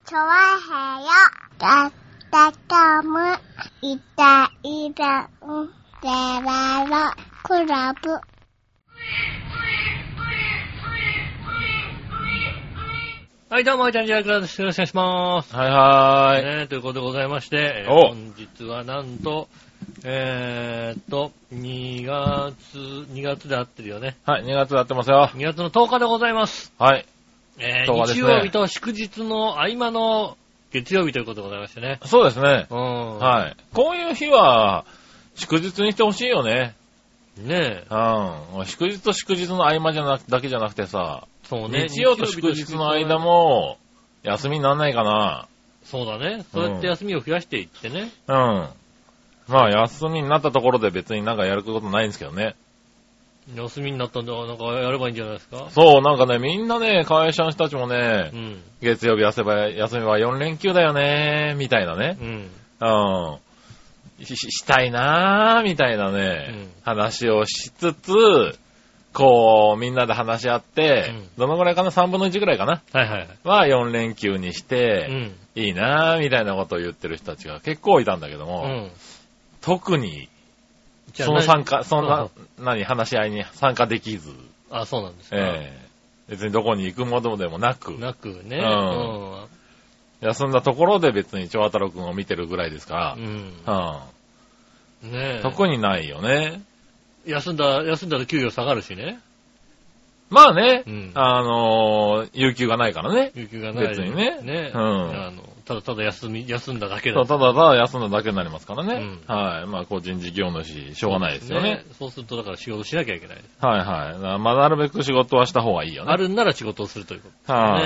チョワヘヨだったかむいたいらんでららクラブ。 はい、どうも、ジャンジャークラブです。よろしくお願いします。 はいはーい。 ね、ということでございまして、本日はなんと、2月で合ってるよね。 はい、2月で合ってますよ。 2月の10日でございます。 はい。 日曜日と祝日の合間の月曜日ということでございましてね。 そうですね。 はい。 こういう日は、祝日にしてほしいよね。 ねえ。 祝日と祝日の合間だけじゃなくてさ、 そうね。 日曜と祝日の間も、休みにならないかな。 そうだね。そうやって休みを増やしていってね。 まあ、休みになったところで別になんかやることないんですけどね。 休みになったんで、なんかやればいいんじゃないですか？ そう、なんかね、みんなね、会社の人たちもね、月曜日休みは4連休だよね、みたいなね。したいなー、みたいなね、話をしつつ、こう、みんなで話し合って、どのぐらいかな ?3 分の1ぐらいかなは4連休にして、いいなー、みたいなことを言ってる人たちが結構いたんだけども、特に、話し合いに参加できず。 あ、そうなんですか。 別にどこに行くものでもなく。 ね。 休んだところで別に長太郎くんを見てるぐらいですから。 ねえ。 特にないよね。 休んだら給料下がるしね。 まあね。有給がないからね。 有給がない。 別にね。ただただ休んだだけだ。 ただただ休んだだけになりますからね。はい。まあ、個人事業主、しょうがないですよね。 そうすると、だから仕事しなきゃいけない。 はいはい。まあ、なるべく仕事はした方がいいよね。 あるんなら仕事をするということ。 はい。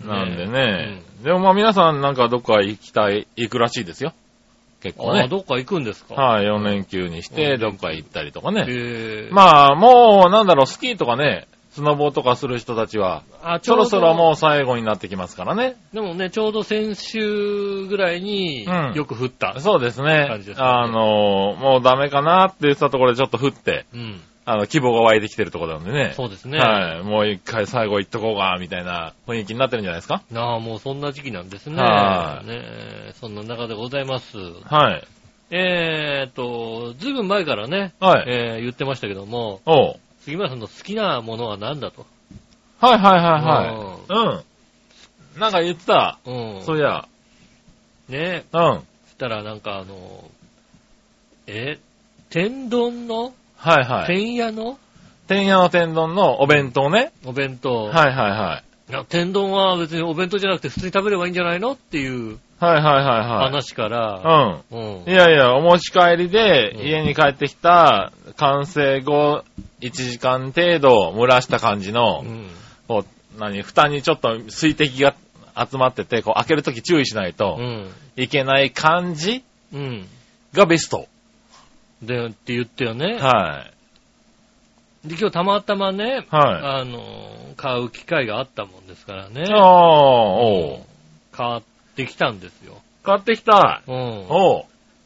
なんでね。でもまあ、皆さんなんかどっか行くらしいですよ。結構ね。 どっか行くんですか？ はい。4連休にして、どっか行ったりとかね。 まあ、もう、スキーとかね、スノボーとかする人たちは、そろそろもう最後になってきますからね。 でもね、ちょうど先週ぐらいによく降った。 そうですね。もうダメかなって言ってたところでちょっと降って、規模が湧いてきてるところなんでね。 そうですね。 はい。もう一回最後行っとこうか、みたいな雰囲気になってるんじゃないですか？ もうそんな時期なんですね。ね、そんな中でございます。 はい。 ずいぶん前からね、言ってましたけども、杉村さんの好きなものは何だと。 なんか言ってた。そういや。 ね。そしたらなんか天丼の天屋の天丼のお弁当ね。 お弁当。天丼は別にお弁当じゃなくて普通に食べればいいんじゃないのっていう話から。 いや、お持ち帰りで家に帰ってきた完成後1時間程度蒸らした感じの、蓋にちょっと水滴が集まってて、こう開けるとき注意しないといけない感じがベスト。 で、って言ったよね。で、今日たまたまね、買う機会があったもんですからね。買ってきたんですよ。 買ってきた。 ど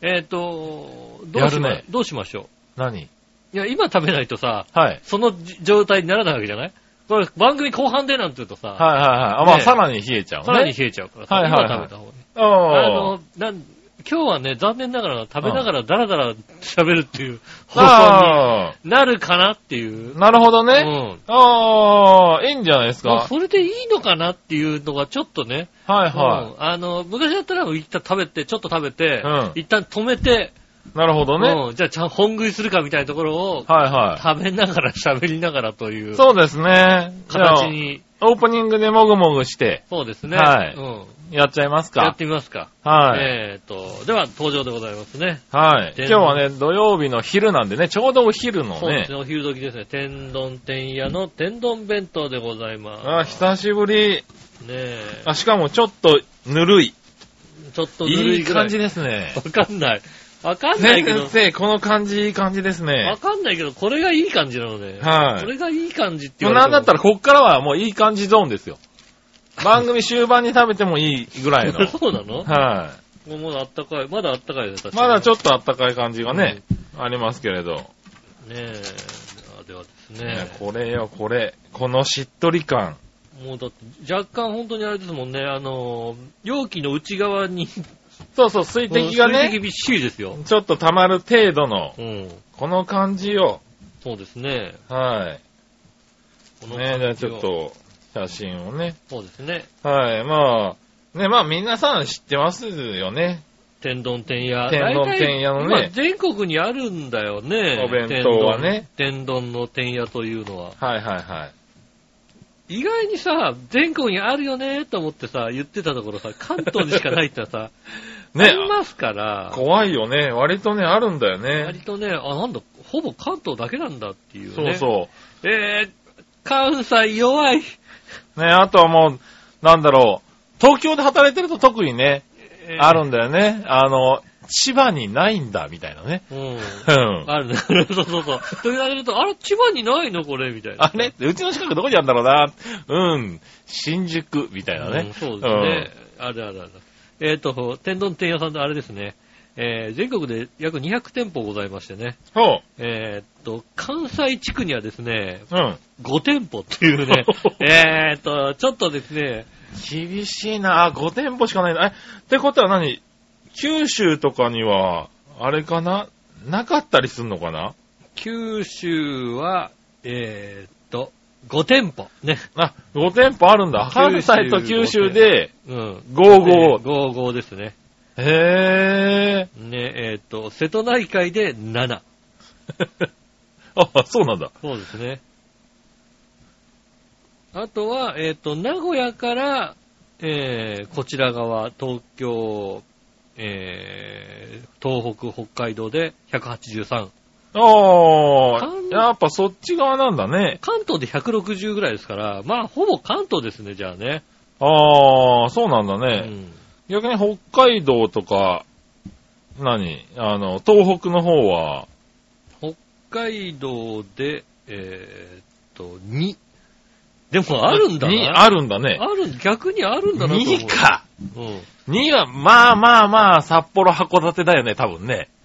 うしましょう。 何？ いや、今食べないとさ、その状態にならないわけじゃない？これ番組後半でなんて言うとさ、 まあ、さらに冷えちゃうね。 さらに冷えちゃうからさ、今食べた方がいい。今日はね、残念ながら食べながらダラダラ喋るっていう放送になるかなっていう。 なるほどね。いいんじゃないですか。 それでいいのかなっていうのがちょっとね。昔だったら一旦食べて、ちょっと食べて、一旦止めて、 なるほどね。 じゃあ本食いするかみたいなところを、食べながら喋りながらという。 そうですね。 形に。 オープニングでもぐもぐして。 そうですね。 やっちゃいますか。 やってみますか。では、登場でございますね。 今日はね、土曜日の昼なんでね、ちょうどお昼のね。 そうですね、お昼時ですね。天丼天屋の天丼弁当でございます。 久しぶり。しかもちょっとぬるい。 ちょっとぬるい。 いい感じですね。 わかんないけど。 先生、この感じ、いい感じですね。 わかんないけど、これがいい感じなのね。これがいい感じって言われても。なんだったら、こっからはもういい感じゾーンですよ。番組終盤に食べてもいいぐらいの。 そうなの？もうまだあったかい。まだあったかいです。 まだちょっとあったかい感じがね、ありますけれど。 ではですね。 これよ、これ。このしっとり感。 もうだって若干本当にあれですもんね、容器の内側にそうそう、水滴がね、 水滴びっしりですよ。 ちょっと溜まる程度の、この感じよ。 そうですね。 はい。ね、じゃあちょっと写真をね。 そうですね。 はい、まあ、ね、まあ皆さん知ってますよね。 天丼天屋。 天丼天屋のね。 全国にあるんだよね。 お弁当はね。 天丼の天屋というのは。 はいはいはい。 意外にさ、全国にあるよねと思ってさ、言ってたところさ、関東にしかないってのはさ、ね、ありますから。 怖いよね。割とね、あるんだよね。 割とね、なんだ、ほぼ関東だけなんだっていうね。 そうそう。 関西弱い。 ね、あとはもう、なんだろう、東京で働いてると特にね、あるんだよね。千葉にないんだ、みたいなね。 あるね。そうそうそう。と言われると、あれ、千葉にないのこれみたいな。 あれうちの近くどこにあるんだろうな。新宿、みたいなね。 そうですね。あるあるある。天丼店屋さんのあれですね。全国で約200店舗ございましてね。関西地区にはですね、5店舗っていうね、ちょっとですね、 厳しいな。5店舗しかないな。ってことは何？九州とかには、あれかな？なかったりすんのかな？ 九州は、5店舗。ね。 5店舗あるんだ。関西と九州で、55。 55ですね。 へー。ね、瀬戸内海で7。 あ、そうなんだ。 そうですね。あとは、名古屋から、こちら側、東京、東北、北海道で183。 やっぱそっち側なんだね。 関東で160ぐらいですから、まあ、ほぼ関東ですね、じゃあね。 そうなんだね。逆に北海道とか、東北の方は北海道で、2。でもあるんだな。 あるんだね。 逆にあるんだなと思う。 2か。2は、まあ、札幌、函館だよね、多分ね。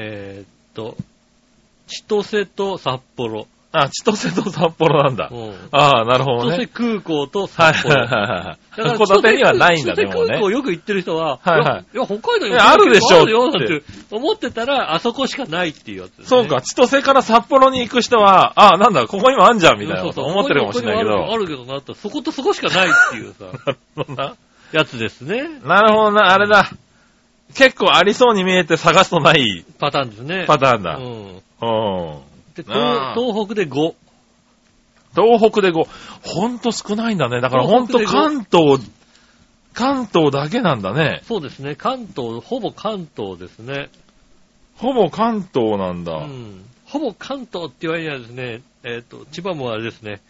千歳と札幌。 千歳と札幌なんだ。なるほどね。 千歳空港と札幌。 函館にはないんだね、 千歳空港よく行ってる人は、いや、北海道にあるでしょって思ってたら、あそこしかないっていうやつですね。 そうか、千歳から札幌に行く人は、なんだ、ここにもあんじゃん、みたいなこと思ってるかもしれないけど。 あるけどなって、そことそこしかないっていうさ、 なるほどな。 やつですね。 なるほどな、あれだ。結構ありそうに見えて探すとないパターンですね。 パターンだ。 で、東北で5。 東北で5。ほんと少ないんだね。だからほんと関東だけなんだね。 そうですね。ほぼ関東ですね。 ほぼ関東なんだ。 ほぼ関東って言われりゃですね、千葉もあれですね、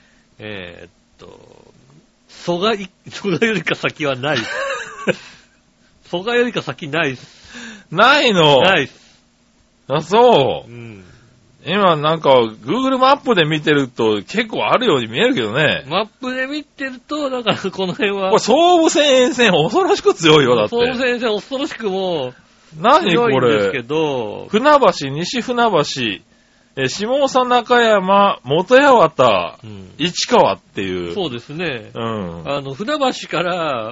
蘇我よりか先はない。蘇我よりか先ないっす。 ないの？ ないっす。 そう。今なんか、Google マップで見てると結構あるように見えるけどね。 マップで見てると、だからこの辺は。 これ総武線沿線恐ろしく強いよ、だって。 総武線沿線恐ろしくも何これ。 ですけど。 船橋、西船橋、下佐中山、元八幡、市川っていう。 そうですね。船橋から、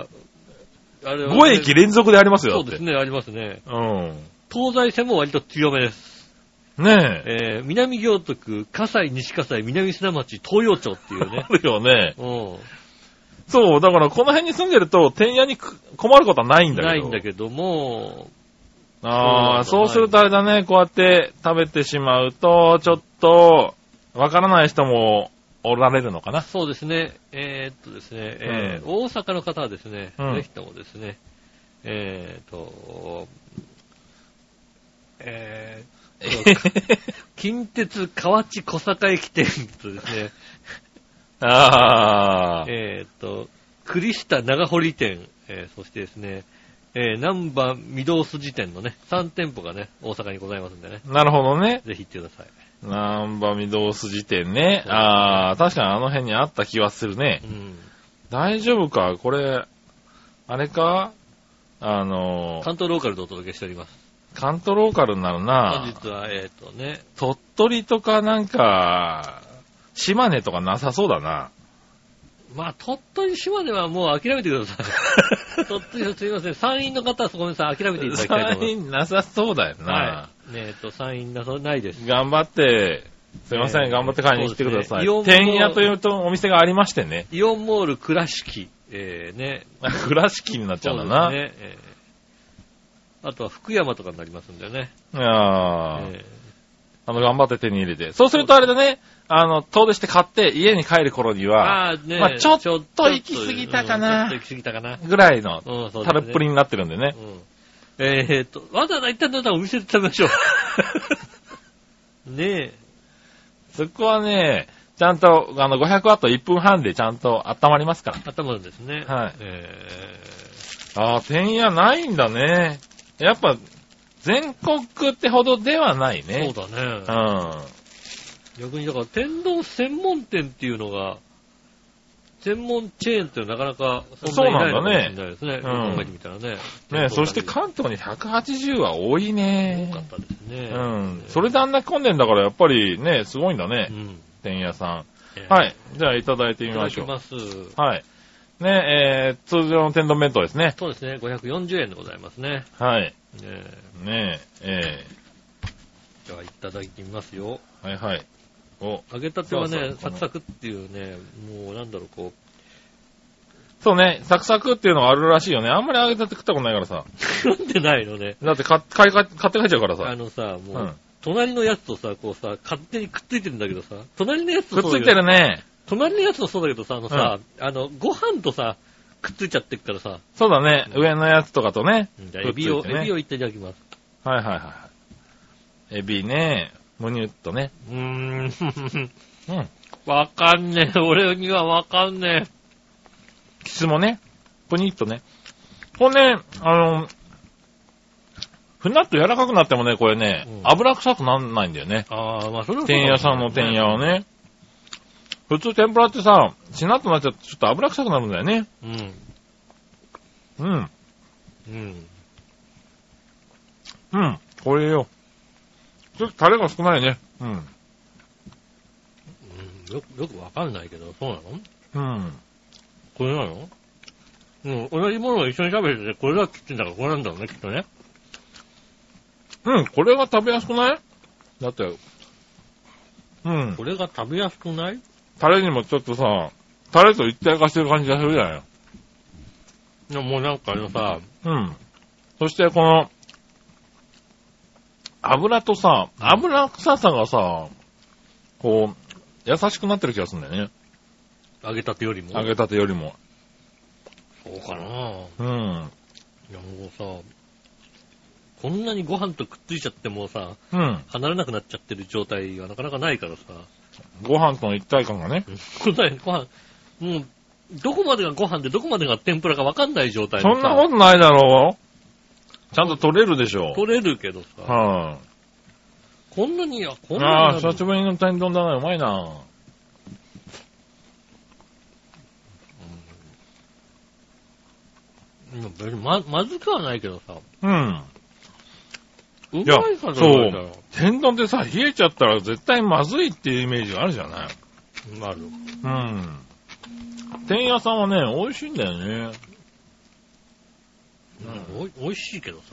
あれは、5駅連続でありますよ。 そうですね、ありますね。東西線も割と強めです。 ねえ。南行徳、葛西、西葛西、南砂町、東洋町っていうね。 あるよね。そう、だからこの辺に住んでると、天屋に困ることはないんだけど。 ないんだけども、 そうするとあれだね、こうやって食べてしまうと、ちょっと、わからない人もおられるのかな。 そうですね。ですね、大阪の方はですね、ぜひともですね、近鉄河内小坂駅店とですね、栗下長堀店、そしてですね、南波御堂筋店のね、3店舗がね、大阪にございますんでね。 なるほどね。 ぜひ行ってください。 南波御堂筋店ね。確かにあの辺にあった気はするね。大丈夫かこれ、あれか関東ローカルでお届けしております。 関東ローカルになるな。 本日は、 鳥取とかなんか、島根とかなさそうだな。 まあ、鳥取島根はもう諦めてください。鳥取すいません。山陰の方はそこにさ、諦めていただきたいと思います。 山陰なさそうだよな。 はい。山陰なそうないです。 頑張って、すいません、頑張って買いに来てください。天屋というとお店がありましてね。 イオンモール倉敷。ね。 倉敷になっちゃうんだな。ね。 あとは福山とかになりますんでね。 いや頑張って手に入れて。そうするとあれだね、遠出して買って家に帰る頃には、まあちょっと行き過ぎたかな。 ちょっと行き過ぎたかな。 ぐらいの、タルっぷりになってるんでね。 わざわざ一旦お店で食べましょう。ねえ。 そこはね、ちゃんと、500ワット1分半でちゃんと温まりますから。 温まるんですね。 はい。天屋ないんだね。やっぱ、全国ってほどではないね。 そうだね。逆にだから天丼専門店っていうのが、専門チェーンってなかなかそんなにないのかもしれないですね。考えてみたらね。 ね、そして関東に180は多いね。 多かったですね。 それであんな混んでんだからやっぱりね、すごいんだね。天屋さん。はい。じゃあいただいてみましょう。 いただきます。 はい。ね、通常の天丼弁当ですね。 そうですね。540円でございますね。 はい。 ねえ。じゃあいただきますよ。 はいはい。 揚げたてはね、サクサクっていうね、もうなんだろう、こう。そうね、サクサクっていうのがあるらしいよね。あんまり揚げたて食ったことないからさ。 食ってないのね。 だって買って帰っちゃうからさ。 もう、隣のやつとさ、こうさ、勝手にくっついてるんだけどさ、隣のやつとくっついてるね。 隣のやつもそうだけどさ、ご飯とさ、くっついちゃってるからさ。 そうだね、上のやつとかとね。 じゃあ、エビをいただきます。 はいはいはい。エビね、むにゅっとね。 わかんねえ。俺にはわかんねえ。 キスもね、ぷにっとね。これね、ふなっと柔らかくなってもね、これね、油臭くなんないんだよね。 まあそれは天屋さんの天屋はね。普通天ぷらってさ、しなっとなっちゃってちょっと油臭くなるんだよね。これよ。ちょっとタレが少ないね。 よくわかんないけど、そうなの？これなの？同じものを一緒に食べてて、これがきついんだからこれなんだろうね、きっとね。 これが食べやすくない？だって、 これが食べやすくない？ タレにもちょっとさ、タレと一体化してる感じがするじゃない。 いや、もうなんかさ、 そしてこの、油とさ、油臭さがさ、こう、優しくなってる気がするんだよね。 揚げたてよりも。そうかな。いやもうさ、こんなにご飯とくっついちゃってもさ、離れなくなっちゃってる状態はなかなかないからさ。 ご飯との一体感がね。 ご飯、もう、どこまでがご飯でどこまでが天ぷらかわかんない状態そんなことないだろう。ちゃんと取れるでしょ。 取れるけどさ。こんなに。 久しぶりの天丼だな、うまいな。 別にまずくはないけどさ。うまいかじゃないだろ。 天丼ってさ、冷えちゃったら絶対まずいっていうイメージがあるじゃない。 ある。 天屋さんはね、美味しいんだよね。 美味しいけどさ。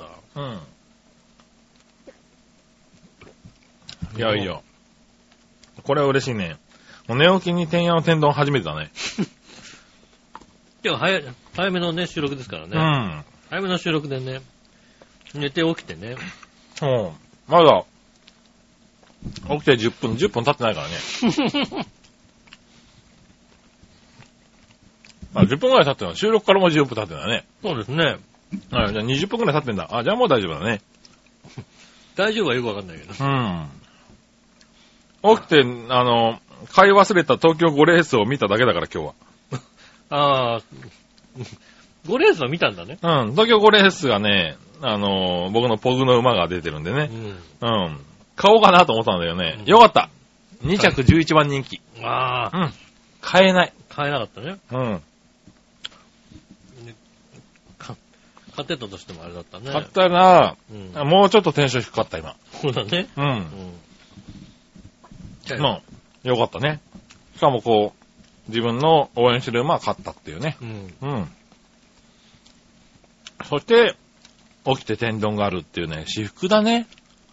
いやいや。これは嬉しいね。もう寝起きに天屋の天丼初めてだね。 今日早めのね、収録ですからね。早めの収録でね、寝て起きてね。 まだ、起きて10分経ってないからね。10分くらい経ってるの。収録からも10分経ってるんだね。 そうですね。 じゃあ20分くらい経ってんだ。じゃあもう大丈夫だね。 大丈夫はよくわかんないけど。 起きて、買い忘れた東京5レースを見ただけだから今日は。5レースは見たんだね。 東京5レースがね、僕のポグの馬が出てるんでね。買おうかなと思ったんだよね。よかった。2着11番人気。買えない。 買えなかったね。買ってたとしてもあれだったね。 買ったら、もうちょっとテンション低かった今。 そうだね。 よかったね。しかもこう、 自分の応援してる馬は勝ったっていうね。うん。そして、起きて天丼があるっていうね、至福だね。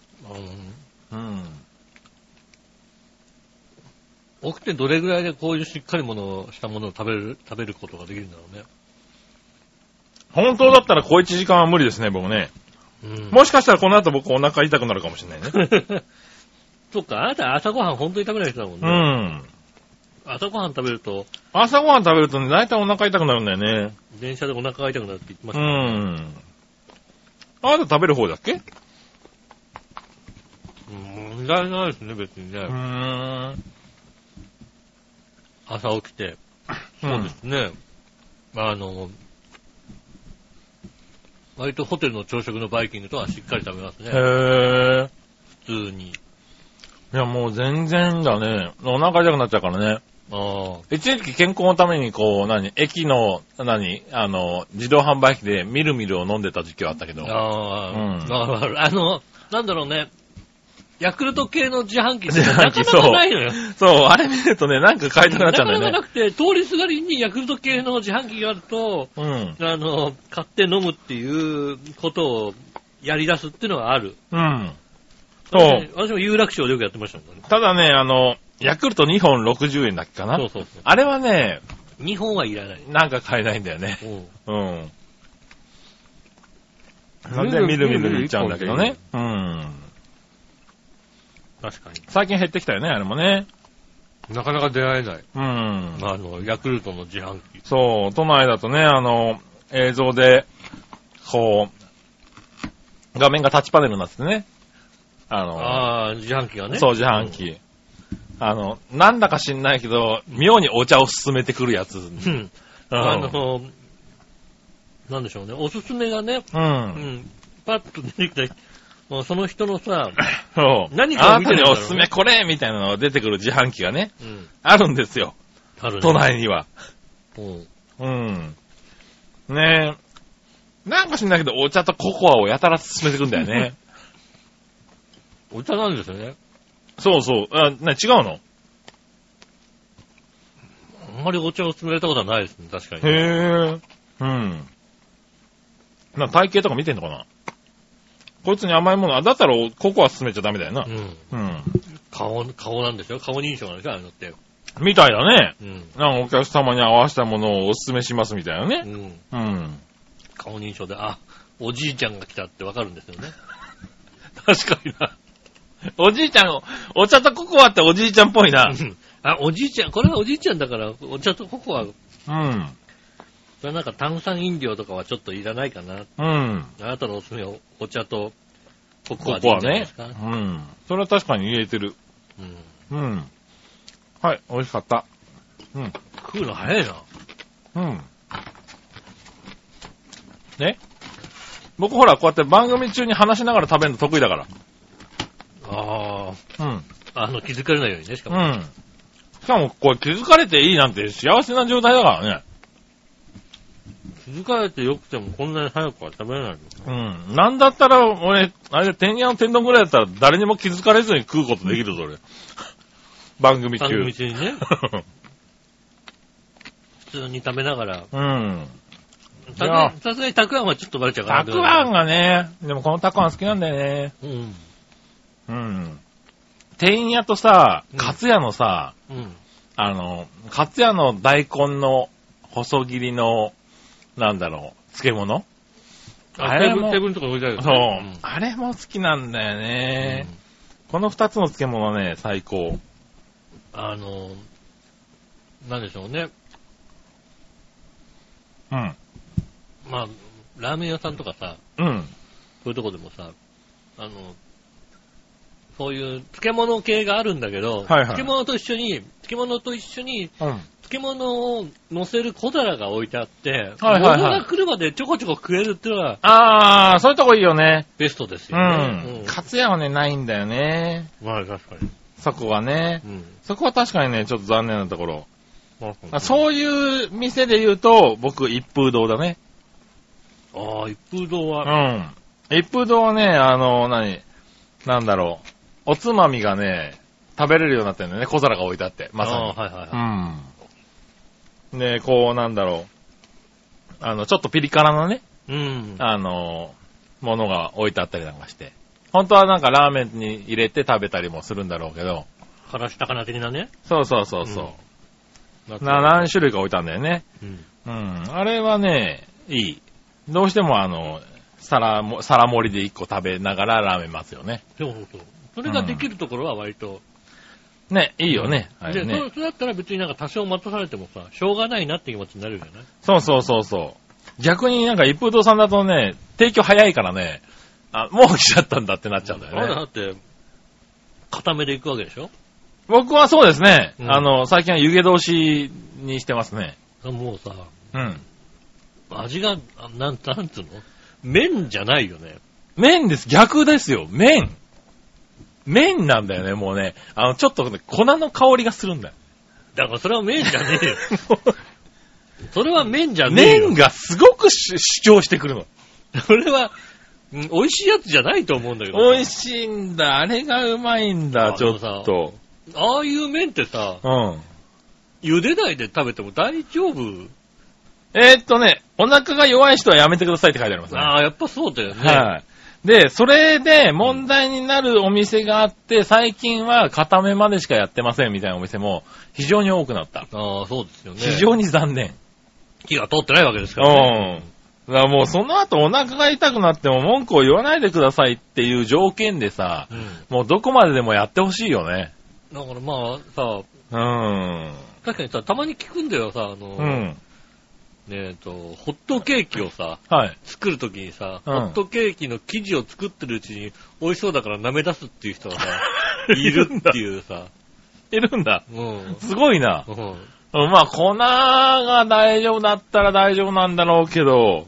起きてどれぐらいでこういうしっかりしたものを食べることができるんだろうね。 本当だったら小1時間は無理ですね、僕ね。もしかしたらこの後僕お腹痛くなるかもしれないね。 そっか、あなた朝ごはん本当に食べない人だもんね。朝ごはん食べるとね、 大体お腹痛くなるんだよね。 電車でお腹が痛くなるって言ってましたね。 あなた食べる方だっけ？ 問題ないですね、別にね。朝起きて。そうですね。割とホテルの朝食のバイキングとはしっかり食べますね。普通に。いや、もう全然だね。お腹痛くなっちゃうからね。一時期健康のために駅の、自動販売機でミルミルを飲んでた時期はあったけど。 なんだろうね。ヤクルト系の自販機ってなかなかないのよ。 そう、あれ見るとね、なんか買いたくなっちゃうんだよね。 なかなかなくて、通りすがりにヤクルト系の自販機があると、買って飲むっていうことをやり出すっていうのがある。そう。私も有楽町でよくやってましたもんね。 ただね、ヤクルト2本60円だっけかな。そう。あれはね、 2本はいらない。 なんか買えないんだよね。なんでみるみるいっちゃうんだけどね。 確かに。 最近減ってきたよね、あれもね。 なかなか出会えない。ヤクルトの自販機。 そう、都内だとね、映像で、画面がタッチパネルになっててね。 自販機がね。 そう、自販機。なんだか知んないけど、妙にお茶を勧めてくるやつ。 なんでしょうね。おすすめがね。パッと出てきた。その人のさ、 何かを見てるんだろうね。あなたにおすすめこれみたいなのが出てくる自販機がね、あるんですよ。都内には。ねえ。なんか知んないけど、お茶とココアをやたら勧めてくんだよね。 お茶なんですよね。 そう。違うの？ あんまりお茶を勧められたことはないですね、確かに。 体型とか見てんのかな？こいつに甘いもの、だったらココア勧めちゃダメだよな。 顔なんですよ。顔認証なんですよ、あれのって。 みたいだね。お客様に合わせたものをお勧めしますみたいなね。 顔認証で、おじいちゃんが来たってわかるんですよね。 確かにな。おじいちゃん、お茶とココアっておじいちゃんっぽいな。 おじいちゃん、これはおじいちゃんだから、お茶とココア。それはなんか炭酸飲料とかはちょっといらないかな。あなたのおすすめはお茶とココアでいいんじゃないですか。 それは確かに言えてる。はい、美味しかった。 食うの早いな。 ね？僕ほら、こうやって番組中に話しながら食べるの得意だから。 気づかれないようにね、しかも。 しかも、これ気づかれていいなんて幸せな状態だからね。 気づかれてよくてもこんなに早くは食べれないの。なんだったら、俺、天屋の天丼ぐらいだったら誰にも気づかれずに食うことできるぞ、俺。番組中にね。普通に食べながら。さすがにたくあんはちょっとバレちゃうかな。 たくあんがね、でもこのたくあん好きなんだよね。天屋とさ、かつやのさ、かつやの大根の細切りの、漬物あれも、テーブルとか置いてある。 そう。あれも好きなんだよね。この二つの漬物ね、最高。 なんでしょうね。ラーメン屋さんとかさ、そういうとこでもさ、そういう漬物系があるんだけど、漬物と一緒に、漬物を乗せる小皿が置いてあって、物が来るまでちょこちょこ食えるっていうのが、 そういうとこいいよね。 ベストですよね。 かつやはね、ないんだよね。 確かに。 そこはね。そこは確かにね、ちょっと残念なところ。そういう店で言うと、僕、一風堂だね。 一風堂は。 一風堂はね、おつまみがね、食べれるようになってるんだよね。小皿が置いてあって。まさに。 で、こうなんだろう。ちょっとピリ辛なね。 うん。 ものが置いてあったりなんかして。本当はなんかラーメンに入れて食べたりもするんだろうけど。 からしたかな的なね。 そうそうそうそう。何種類か置いたんだよね。うん。あれはね、いい。どうしても皿盛りで1個食べながらラーメン待つよね。 そうそうそう。それができるところは割と。 ね、いいよね。 で、それだったら別になんか多少待たされてもさ、しょうがないなって気持ちになるじゃない？ そうそうそうそう。逆になんか一風堂さんだとね、提供早いからね、もう来ちゃったんだってなっちゃうんだよね。 だって、固めで行くわけでしょ？ 僕はそうですね。最近は湯気通しにしてますね。 もうさ、 うん。 味が、なんつうの？麺じゃないよね。 麺です。逆ですよ。麺なんだよね、もうね。ちょっとね、粉の香りがするんだよ。 だからそれは麺じゃねえよ。それは麺じゃねえよ。 麺がすごく主張してくるの。 それは、美味しいやつじゃないと思うんだけど。 美味しいんだ。あれがうまいんだ、ちょっと。 ああいう麺ってさ、茹でないで食べても大丈夫？ お腹が弱い人はやめてくださいって書いてありますね。 ああ、やっぱそうだよね。 はい。で、それで問題になるお店があって、最近は固めまでしかやってませんみたいなお店も非常に多くなった。 ああ、そうですよね。 非常に残念。 火が通ってないわけですからね。 だからもうその後お腹が痛くなっても文句を言わないでくださいっていう条件でさ、もうどこまででもやってほしいよね。 だからまあさ、確かにさ、たまに聞くんだよさ、ホットケーキをさ、作るときにさ、ホットケーキの生地を作ってるうちに美味しそうだから舐め出すっていう人がさ、いるっていうさ。 いるんだ。すごいな。まあ、粉が大丈夫だったら大丈夫なんだろうけど。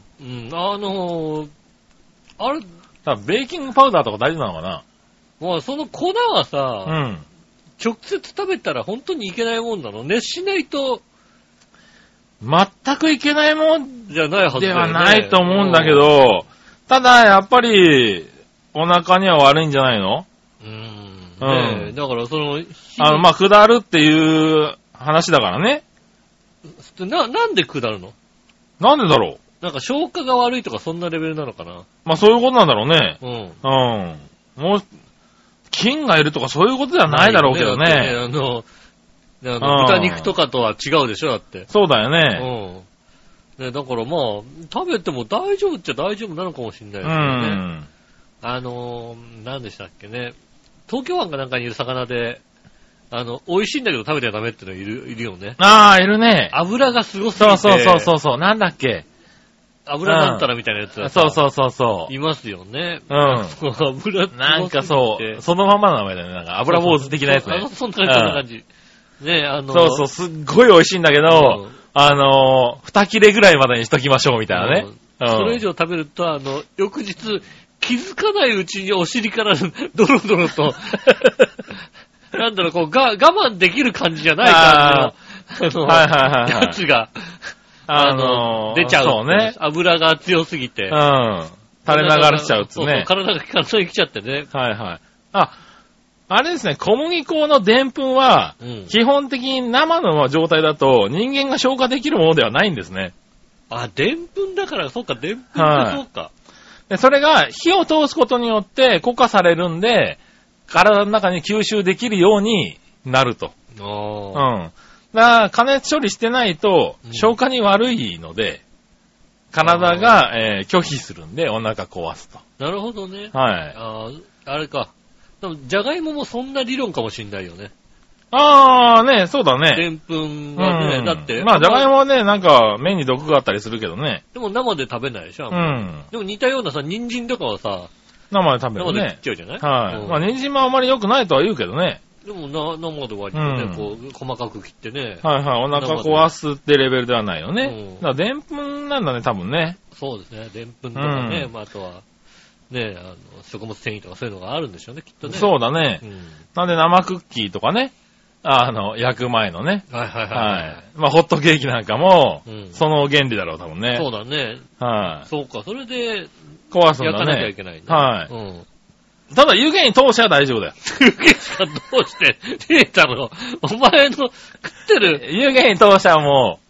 あれ、 ベーキングパウダーとか大丈夫なのかな？ まあ、その粉はさ、直接食べたら本当にいけないもんなの？熱しないと、 全くいけないもんじゃないはずではないと思うんだけど、ただやっぱりお腹には悪いんじゃないの？ だからその、 まあ、下るっていう話だからね。 なんで下るの？ なんでだろう？ なんか消化が悪いとかそんなレベルなのかな？ まあそういうことなんだろうね。もう、菌がいるとかそういうことではないだろうけどね。 豚肉とかとは違うでしょだって。 そうだよね。 だからまあ、食べても大丈夫っちゃ大丈夫なのかもしれないですよね。何でしたっけね。東京湾かなんかにいる魚で、美味しいんだけど食べてはダメってのいるよね。 ああ、いるね。 油がすごすぎて。 そう。なんだっけ。 油なんたらみたいなやつだ。 そう。 いますよね。 油なんかそう。そのままの名前だよね。なんか油坊主的なやつね。 そんな感じ。ねそう、すっごい美味しいんだけど、2切れぐらいまでにしときましょうみたいなね。 それ以上食べると、翌日、気づかないうちにお尻からドロドロと、なんだろう、我慢できる感じじゃない感じの、やつが、出ちゃう。そうね。油が強すぎて。 垂れ流しちゃうっつね。 体が体に来ちゃってね。 あれですね、小麦粉の澱粉は、基本的に生の状態だと人間が消化できるものではないんですね。 澱粉だから、そうか、澱粉ってそうか。 で、それが火を通すことによって固化されるんで、体の中に吸収できるようになると。だから加熱処理してないと消化に悪いので、体が、拒否するんでお腹壊すと。 なるほどね。 あれか。でもじゃがいももそんな理論かもしんないよね。 ね、そうだね。 澱粉はね、だって。 まあ、じゃがいもはね、なんか、麺に毒があったりするけどね。 でも生で食べないでしょ。でも似たようなさ、人参とかはさ、 生で食べるね。 生で切っちゃうじゃない？ まあ、人参もあまり良くないとは言うけどね。 でも生で割とね、こう、細かく切ってね。 お腹壊すってレベルではないよね。だから、澱粉なんだね、多分ね。 そうですね、澱粉とかね、まあ、あとは、ね、食物繊維とかそういうのがあるんでしょうね、きっとね。そうだね。なんで生クッキーとかね、焼く前のね。まあ、ホットケーキなんかも、その原理だろう、多分ね。そうだね。そうか、それで、壊すんだね。焼かなきゃいけないね。ただ湯気に通しは大丈夫だよ。湯気しか通してねえだろ。お前の食ってる。湯気に通しはもう、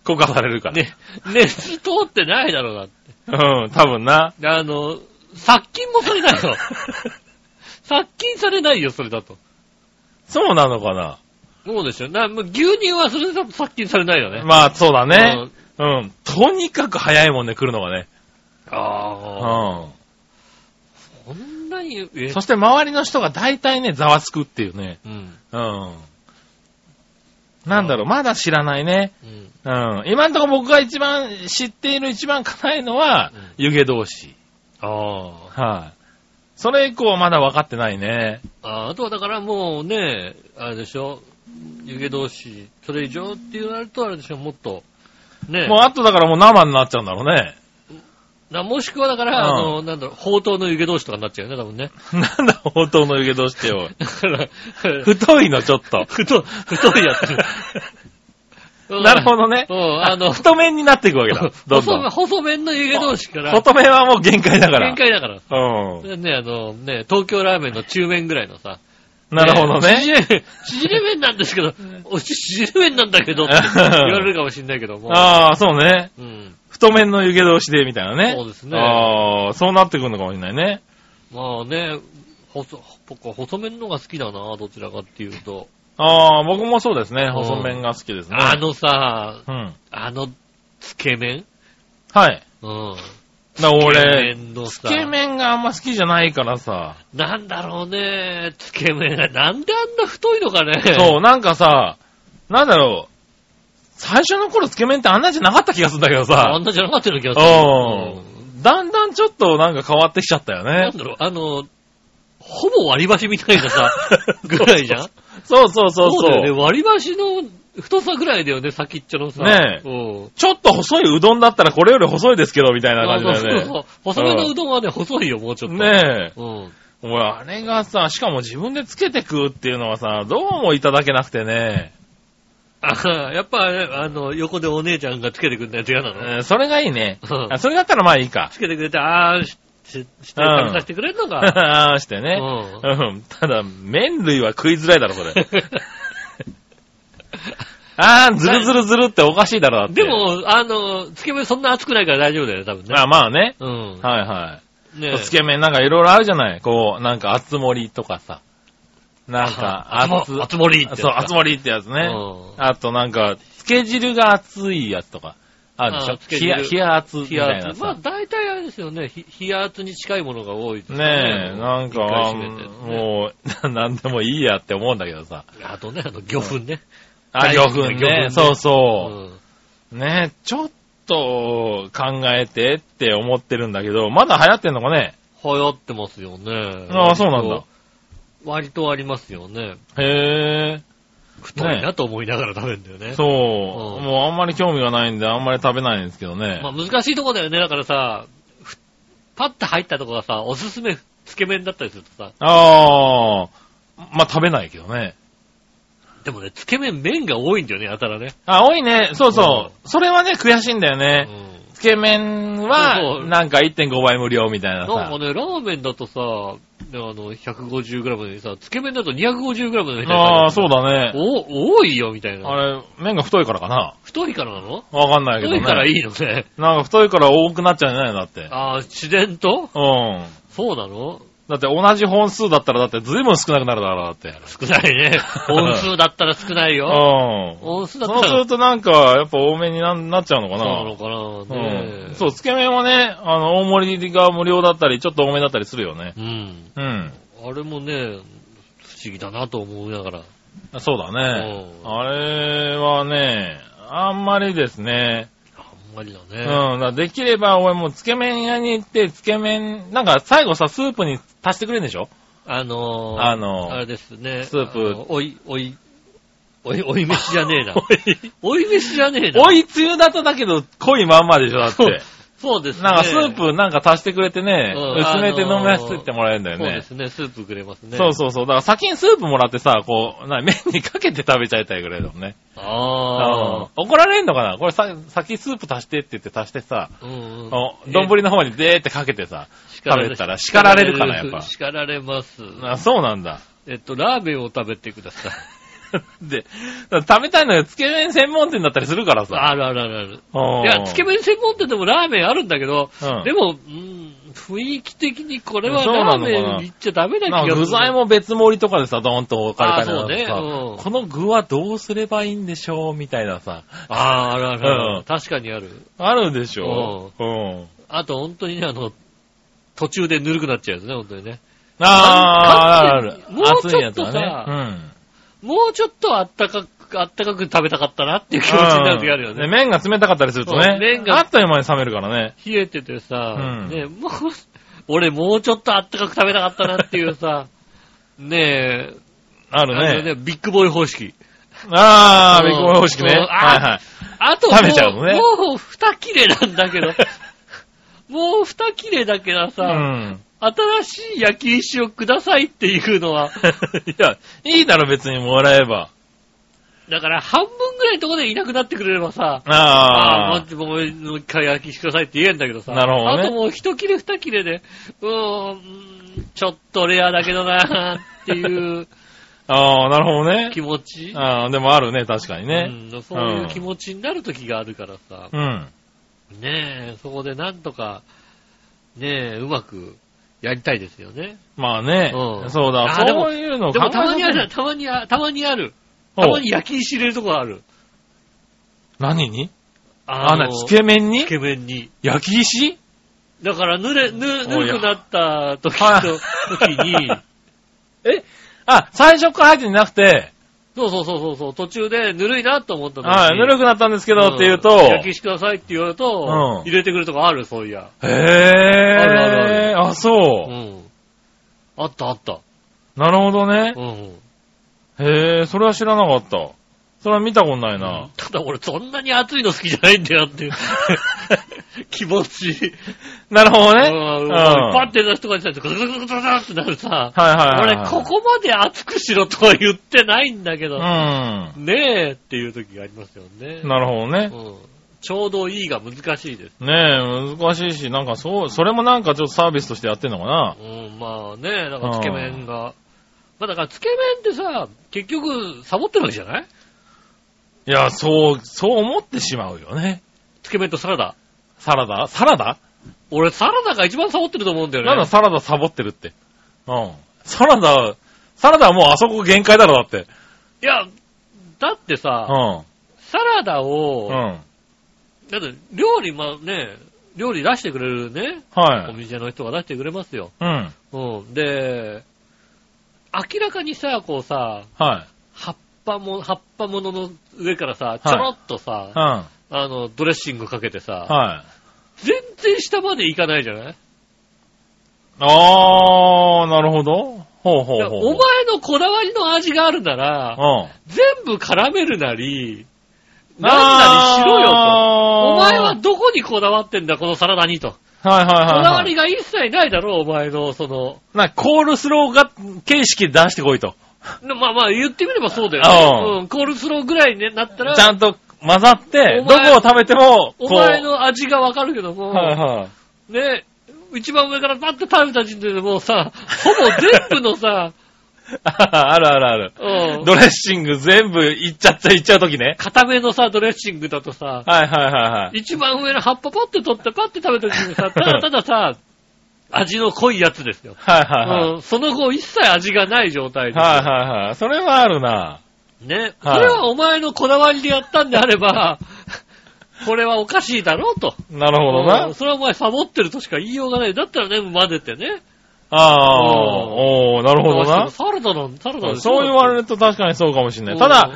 硬化されるから。 ね、熱通ってないだろうなって。 うん、多分な。 殺菌もされないよ。殺菌されないよ、それだと。 そうなのかな。 そうですよ。牛乳はそれだと殺菌されないよね。 まあ、そうだね。うん。とにかく早いもんね、来るのがね。 ああ。そんなに、 そして周りの人が大体ね、ざわつくっていうね。うん。うん。なんだろう、まだ知らないね。うん。今んところ僕が一番知っている一番硬いのは、湯気同士。 ああ。 はい。それ以降はまだ分かってないね。 あとはだからもうね、あれでしょ、湯気同士、それ以上って言われるとあれでしょ、もっと。ね。 もうあとだからもう生になっちゃうんだろうね。 もしくはだから、なんだろう、ほうとうの湯気同士とかになっちゃうよね、多分ね。 なんだ、ほうとうの湯気同士ってよ。太いの、ちょっと。 太いやつ。 なるほどね。太麺になっていくわけだ。どんどん。 細麺の湯気同士から。 細麺はもう限界だから。 限界だから。うん。ね、東京ラーメンの中麺ぐらいのさ。 なるほどね。 縮れ麺なんですけど、縮れ麺なんだけどって言われるかもしれないけども。 ああ、そうね。うん。太麺の湯気同士でみたいなね。 そうですね。 ああ、そうなってくるのかもしれないね。 まあね、僕は細麺のが好きだな、どちらかっていうと。 ああ、僕もそうですね。細麺が好きですね。 つけ麺はい。 うん。 俺、つけ麺があんま好きじゃないからさ。 なんだろうね、つけ麺がなんであんな太いのかね。 そう、なんかさ、なんだろう。最初の頃つけ麺ってあんなじゃなかった気がするんだけどさ。 あんなじゃなかったような気がする。 うん。だんだんちょっとなんか変わってきちゃったよね。 なんだろう、ほぼ割り箸みたいなさ、ぐらいじゃんそうそう。 そうだよね、割り箸の太さぐらいだよね、先っちょのさ。 ねえ。ちょっと細いうどんだったらこれより細いですけど、みたいな感じだよね。 そう。細めのうどんはね、細いよ、もうちょっと。 ねえ。俺、あれがさ、しかも自分でつけて食うっていうのはさ、どうもいただけなくてね。 やっぱね、横でお姉ちゃんがつけてくれないと嫌なの。 それがいいね。それだったらまあいいか。 つけてくれて、して食べさせてくれるのか。 してね。ただ、麺類は食いづらいだろ、これ。ずるずるずるっておかしいだろ、だって。 でも、つけ麺そんな熱くないから大丈夫だよね、多分ね。 まあね。はいはい。ね、つけ麺なんかいろいろあるじゃない。こう、なんか厚盛りとかさ。なんか、 厚盛りって。 そう、厚盛りってやつね。あとなんか、つけ汁が熱いやつとか。あるでしょ。冷圧みたいなさ。 まあ大体あれですよね。冷圧に近いものが多いですね。 ねえ、なんか、もう、なんでもいいやって思うんだけどさ。 あとね、魚粉ね。 魚粉ね。そうそう。ねえ、ちょっと考えてって思ってるんだけど、まだ流行ってんのかね？ 流行ってますよね。 ああ、そうなんだ。 割とありますよね。 へえ。 太いなと思いながら食べるんだよね。 そう。もうあんまり興味がないんであんまり食べないんですけどね。 まあ難しいとこだよね。だからさ、パッと入ったとこがさ、おすすめつけ麺だったりするとさ。 ああ。まあ食べないけどね。 でもね、つけ麺が多いんだよね、やたらね。 多いね。そうそう。それはね、悔しいんだよね。つけ麺は、なんか 1.5 倍無料みたいなさ。 なんかね、ラーメンだとさ、150g でさ、つけ麺だと 250g でみたいな。 ああ、そうだね。 多いよ、みたいな。 あれ、麺が太いからかな。 太いからなの？ わかんないけどね。 太いからいいのね。 なんか太いから多くなっちゃうんじゃないのだって。 ああ、自然と？ うん。 そうなの？ だって同じ本数だったらだって随分少なくなるだろうだって。 少ないね。本数だったら少ないよ。 うん。本数だったら。そうするとなんか、やっぱ多めになっちゃうのかな。 そうなのかな、ね。 そう、つけ麺はね、大盛りが無料だったり、ちょっと多めだったりするよね。 あれもね、不思議だなと思いながら。 そうだね。あれはね、あんまりですね。 だね。 だできれば俺もつけ麺屋に行って、つけ麺、なんか最後さ、スープに足してくれるんでしょ？あれですね。 スープ。 おい飯じゃねえな。おい飯じゃねえな。 おいつゆだとだけど濃いまんまでしょ、だって。 そうですね。 なんかスープなんか足してくれてね、薄めて飲みやすいってもらえるんだよね。 そうですね、スープくれますね。 そう。だから先にスープもらってさ、こう、麺にかけて食べちゃいたいぐらいだもんね。怒られんのかな？これ先スープ足してって言って足してさ、丼の方にデーってかけてさ、食べたら叱られるかな、やっぱ。 叱られます。 そうなんだ。 ラーメンを食べてください。 で、食べたいのがつけ麺専門店だったりするからさ。 あるあるあるある。いや、つけ麺専門店でもラーメンあるんだけど、でも、雰囲気的にこれはラーメンいっちゃダメな気がする。 具材も別盛りとかでさ、ドーンと置かれたりとかさ、 そうね、 この具はどうすればいいんでしょうみたいなさ。 あるあるある。確かにある。 あるでしょ。 あと本当にね、途中でぬるくなっちゃうやつね、本当にね。 ある。 もうちょっとさ、もうちょっとあったかく食べたかったなっていう気持ちになる時あるよね。 麺が冷たかったりするとね。麺があっという間に冷めるからね。 冷えててさ、ね、俺もうちょっとあったかく食べたかったなっていうさ、ねえ、 あるね。 ビッグボーイ方式。 ビッグボーイ方式ね。はいはい。 あと食べちゃうのね。 もう2切れなんだけど、もう2切れだけどさ、新しい焼き石をくださいっていうのは。 いや、いいだろ別にもらえば。 だから半分ぐらいのところでいなくなってくれればさ、もう一回焼き石くださいって言えんだけどさ、 なるほどね。 あともう1切れ2切れで、ちょっとレアだけどなーっていう。 なるほどね。 気持ち。 でもあるね、確かにね。 そういう気持ちになる時があるからさ。ねえ、そこでなんとか、ねえ、うまくやりたいですよね。 まあね。そうだ、そういうのでもたまにある、たまにある。たまに焼き石入れるとこある。 何につけ麺に？ つけ麺に。 焼き石？ だからぬるくなった時に。 最初から入ってなくて。 そう、途中でぬるいなと思った時に。 ぬるくなったんですけどって言うと。 焼き石くださいって言うと、入れてくるとこある、そういや。 へぇー。ある。そう。 あった。 なるほどね。へぇー、それは知らなかった。それは見たことないな。 ただ俺そんなに熱いの好きじゃないんだよっていう気持ち。 なるほどね。 パッて出すとかにしたらグズグズグズってなるさ。 俺ここまで熱くしろとは言ってないんだけど。ねえっていう時がありますよね。 なるほどね。 ちょうどいいが難しいです。 ねえ、難しいし、なんかそれもなんかちょっとサービスとしてやってんのかな。 まあね、なんかつけ麺が。まあだからつけ麺ってさ、結局サボってるわけじゃない？ いや、そう思ってしまうよね。 つけ麺とサラダ。 サラダ俺サラダが一番サボってると思うんだよね。 なんだサラダサボってるって。サラダはもうあそこ限界だろ、だって。 いや、だってさ、サラダを、だって料理出してくれるね。お店の人が出してくれますよ。で、明らかにさ、こうさ、葉っぱものの上からさ、ちょろっとさ、ドレッシングかけてさ、全然下までいかないじゃない？ なるほど。お前のこだわりの味があるなら、全部絡めるなり、なんなりしろよと。お前はどこにこだわってんだ、このサラダにと。こだわりが一切ないだろ、お前の、コールスローが形式で出してこいと。 まあ言ってみればそうだよね。コールスローぐらいになったら。 ちゃんと混ざって、どこを食べても、 お前の味がわかるけども、ね、一番上からパッと食べた時点でもうさ、ほぼ全部のさ、 ある。ドレッシング全部いっちゃうときね。 固めのさ、ドレッシングだとさ、一番上の葉っぱパッて取ってパッて食べた時にさ、たださ、味の濃いやつですよ。その後一切味がない状態ですよ。 それはあるな。 ね。それはお前のこだわりでやったんであれば、これはおかしいだろうと。 なるほどな。 それはお前サボってるとしか言いようがない。だったらね、混ぜてね。 なるほどな。 サラダです。 そう言われると確かにそうかもしれない。ただ、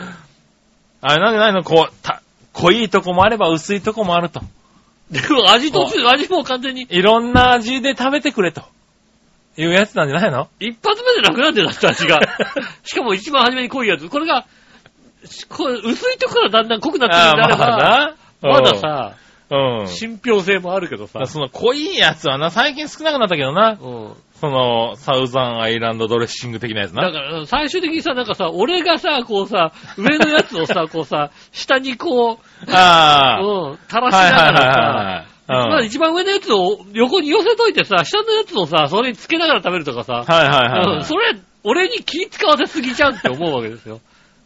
濃いとこもあれば薄いとこもあると。 でも味も完全に。 いろんな味で食べてくれと。いうやつなんじゃないの？ 一発目でなくなってたって味が。しかも一番初めに濃いやつ。これが、薄いとこからだんだん濃くなってくるんであれば、まださ、信憑性もあるけどさ。 その濃いやつはな、最近少なくなったけどな。その、サウザンアイランドドレッシング的なやつな。 だから、最終的にさ、なんかさ、俺がさ、こうさ、上のやつをさ、こうさ、下にこう、垂らしながらさ、まあ一番上のやつを横に寄せといてさ、下のやつをさ、それにつけながら食べるとかさ、それ、俺に気使わせすぎちゃうって思うわけですよ。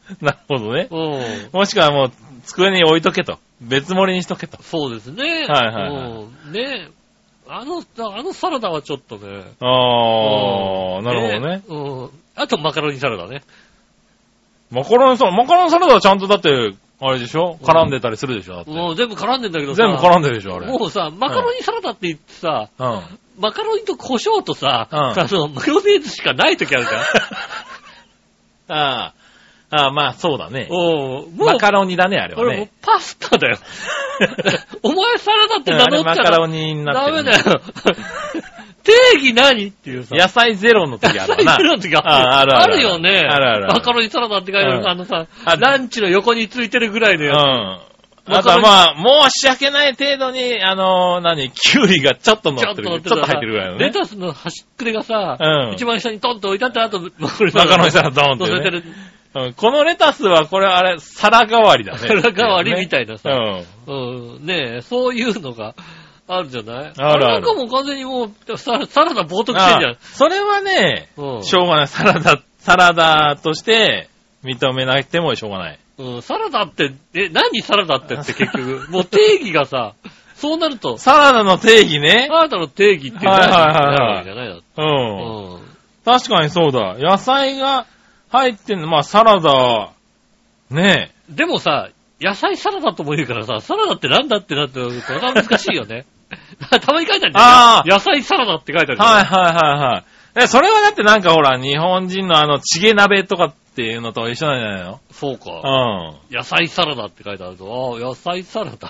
なるほどね。 うん。 もしくはもう、机に置いとけと。別盛りにしとけと。 そうですね。 はいはいはい。 うん。ね。あのサラダはちょっとね。 なるほどね。 うん。あとマカロニサラダね。 マカロニサラダはちゃんとだって、あれでしょ絡んでたりするでしょだって。 もう全部絡んでんだけどさ。全部絡んでるでしょあれ。 もうさ、マカロニサラダって言ってさ、 うん。 マカロニと胡椒とさ、マヨネーズしかない時あるじゃん。 ああ、まあそうだね。 もうマカロニだね、あれはね。 俺もうパスタだよ。お前サラダって名乗ったら、 マカロニになってる、 ダメだよ。定義何っていうさ。 野菜ゼロの時あるわな。 野菜ゼロの時あるよね。 ある。 マカロニサラダって書いてある、さ、ランチの横についてるぐらいのやつ。 あとはまあ、申し訳ない程度に、キュウリがちょっと乗ってる。ちょっと入ってるぐらいのね。 レタスの端っくれがさ、一番下にトンと置いてあった後、マカロニサラダドーンってね。このレタスは、これあれ、皿代わりだね。 皿代わりみたいなさ。ねえ、そういうのがあるじゃない？ある。なんかもう完全にもう、サラダ冒涜してんじゃん。 それはね、しょうがない。サラダとして認めなくてもしょうがない。 サラダって、何サラダって結局、もう定義がさ、そうなると。 サラダの定義ね。 サラダの定義っていうのはじゃないだって。 確かにそうだ。野菜が入ってんの、まあサラダ、ねえ。 でもさ、野菜サラダとも言うからさ、サラダってなんだってなってると難しいよね。たまに書いてあるじゃん。野菜サラダって書いてあるじゃん。 はい。それはだってなんかほら、日本人のチゲ鍋とかっていうのと一緒なんじゃないの？ そうか。野菜サラダって書いてあると、野菜サラダ。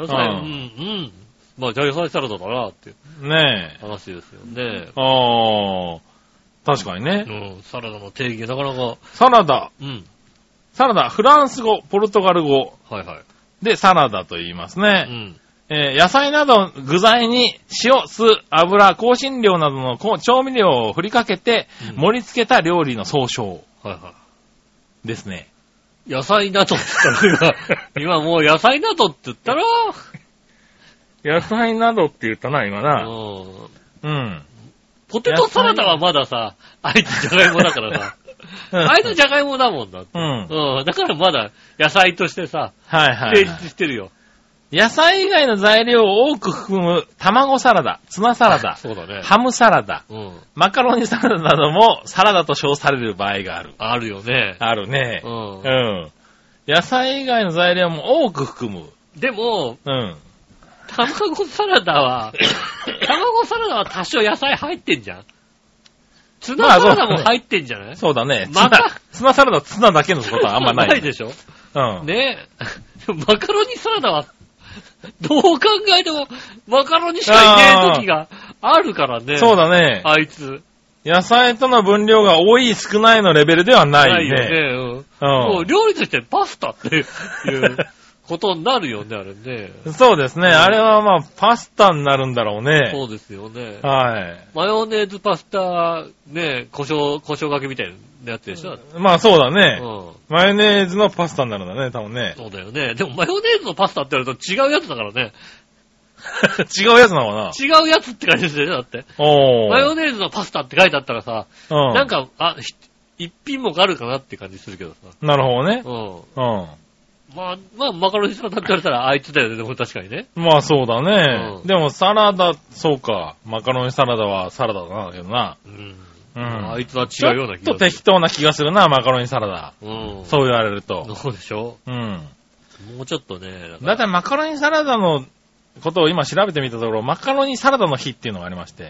まあ、じゃあ野菜サラダだなって。 ねえ。 話ですよね。 確かにね。 サラダの定義なかなか。 サラダ、フランス語、ポルトガル語。で、サラダと言いますね。野菜など具材に塩、酢、油、香辛料などの調味料を振りかけて盛り付けた料理の総称。ですね。 野菜などって言ったら今もう野菜などって言ったら野菜などって言ったな、今な。 ポテトサラダはまださ、あいつじゃがいもだからさ。あいつじゃがいもだもんだって。だからまだ野菜としてさ、成立してるよ。 野菜以外の材料を多く含む卵サラダ、ツナサラダ、ハムサラダ、マカロニサラダなどもサラダと称される場合がある。 あるよね。 あるね。野菜以外の材料も多く含む。 でも、卵サラダは多少野菜入ってんじゃん。ツナサラダも入ってんじゃない？ そうだね。ツナサラダ、ツナだけのことはあんまない。 ないでしょ？ねえ。マカロニサラダは、どう考えても、マカロニしかいねえ時があるからね。 そうだね。 あいつ。 野菜との分量が多い少ないのレベルではないね。 ないよね。もう料理としてパスタっていうことになるよね、あれね。 そうですね。あれはまあ、パスタになるんだろうね。 そうですよね。 はい。 マヨネーズパスタ、ね、胡椒がけみたいなやつでしょ。 まあそうだね。マヨネーズのパスタになるんだね、多分ね。 そうだよね。でもマヨネーズのパスタって言われると違うやつだからね。 違うやつなのかな？ 違うやつって感じですよね、だって。マヨネーズのパスタって書いてあったらさ、なんか、一品目あるかなって感じするけどさ。 なるほどね。 まあ、マカロニサラダって言われたらあいつだよね、でも確かにね。 まあそうだね。でもサラダ、そうか。マカロニサラダはサラダなんだけどな。 あいつは違うような気がする。 ちょっと適当な気がするな、マカロニサラダ。そう言われると。 そうでしょ？もうちょっとね。 だいたいマカロニサラダのことを今調べてみたところ、マカロニサラダの日っていうのがありまして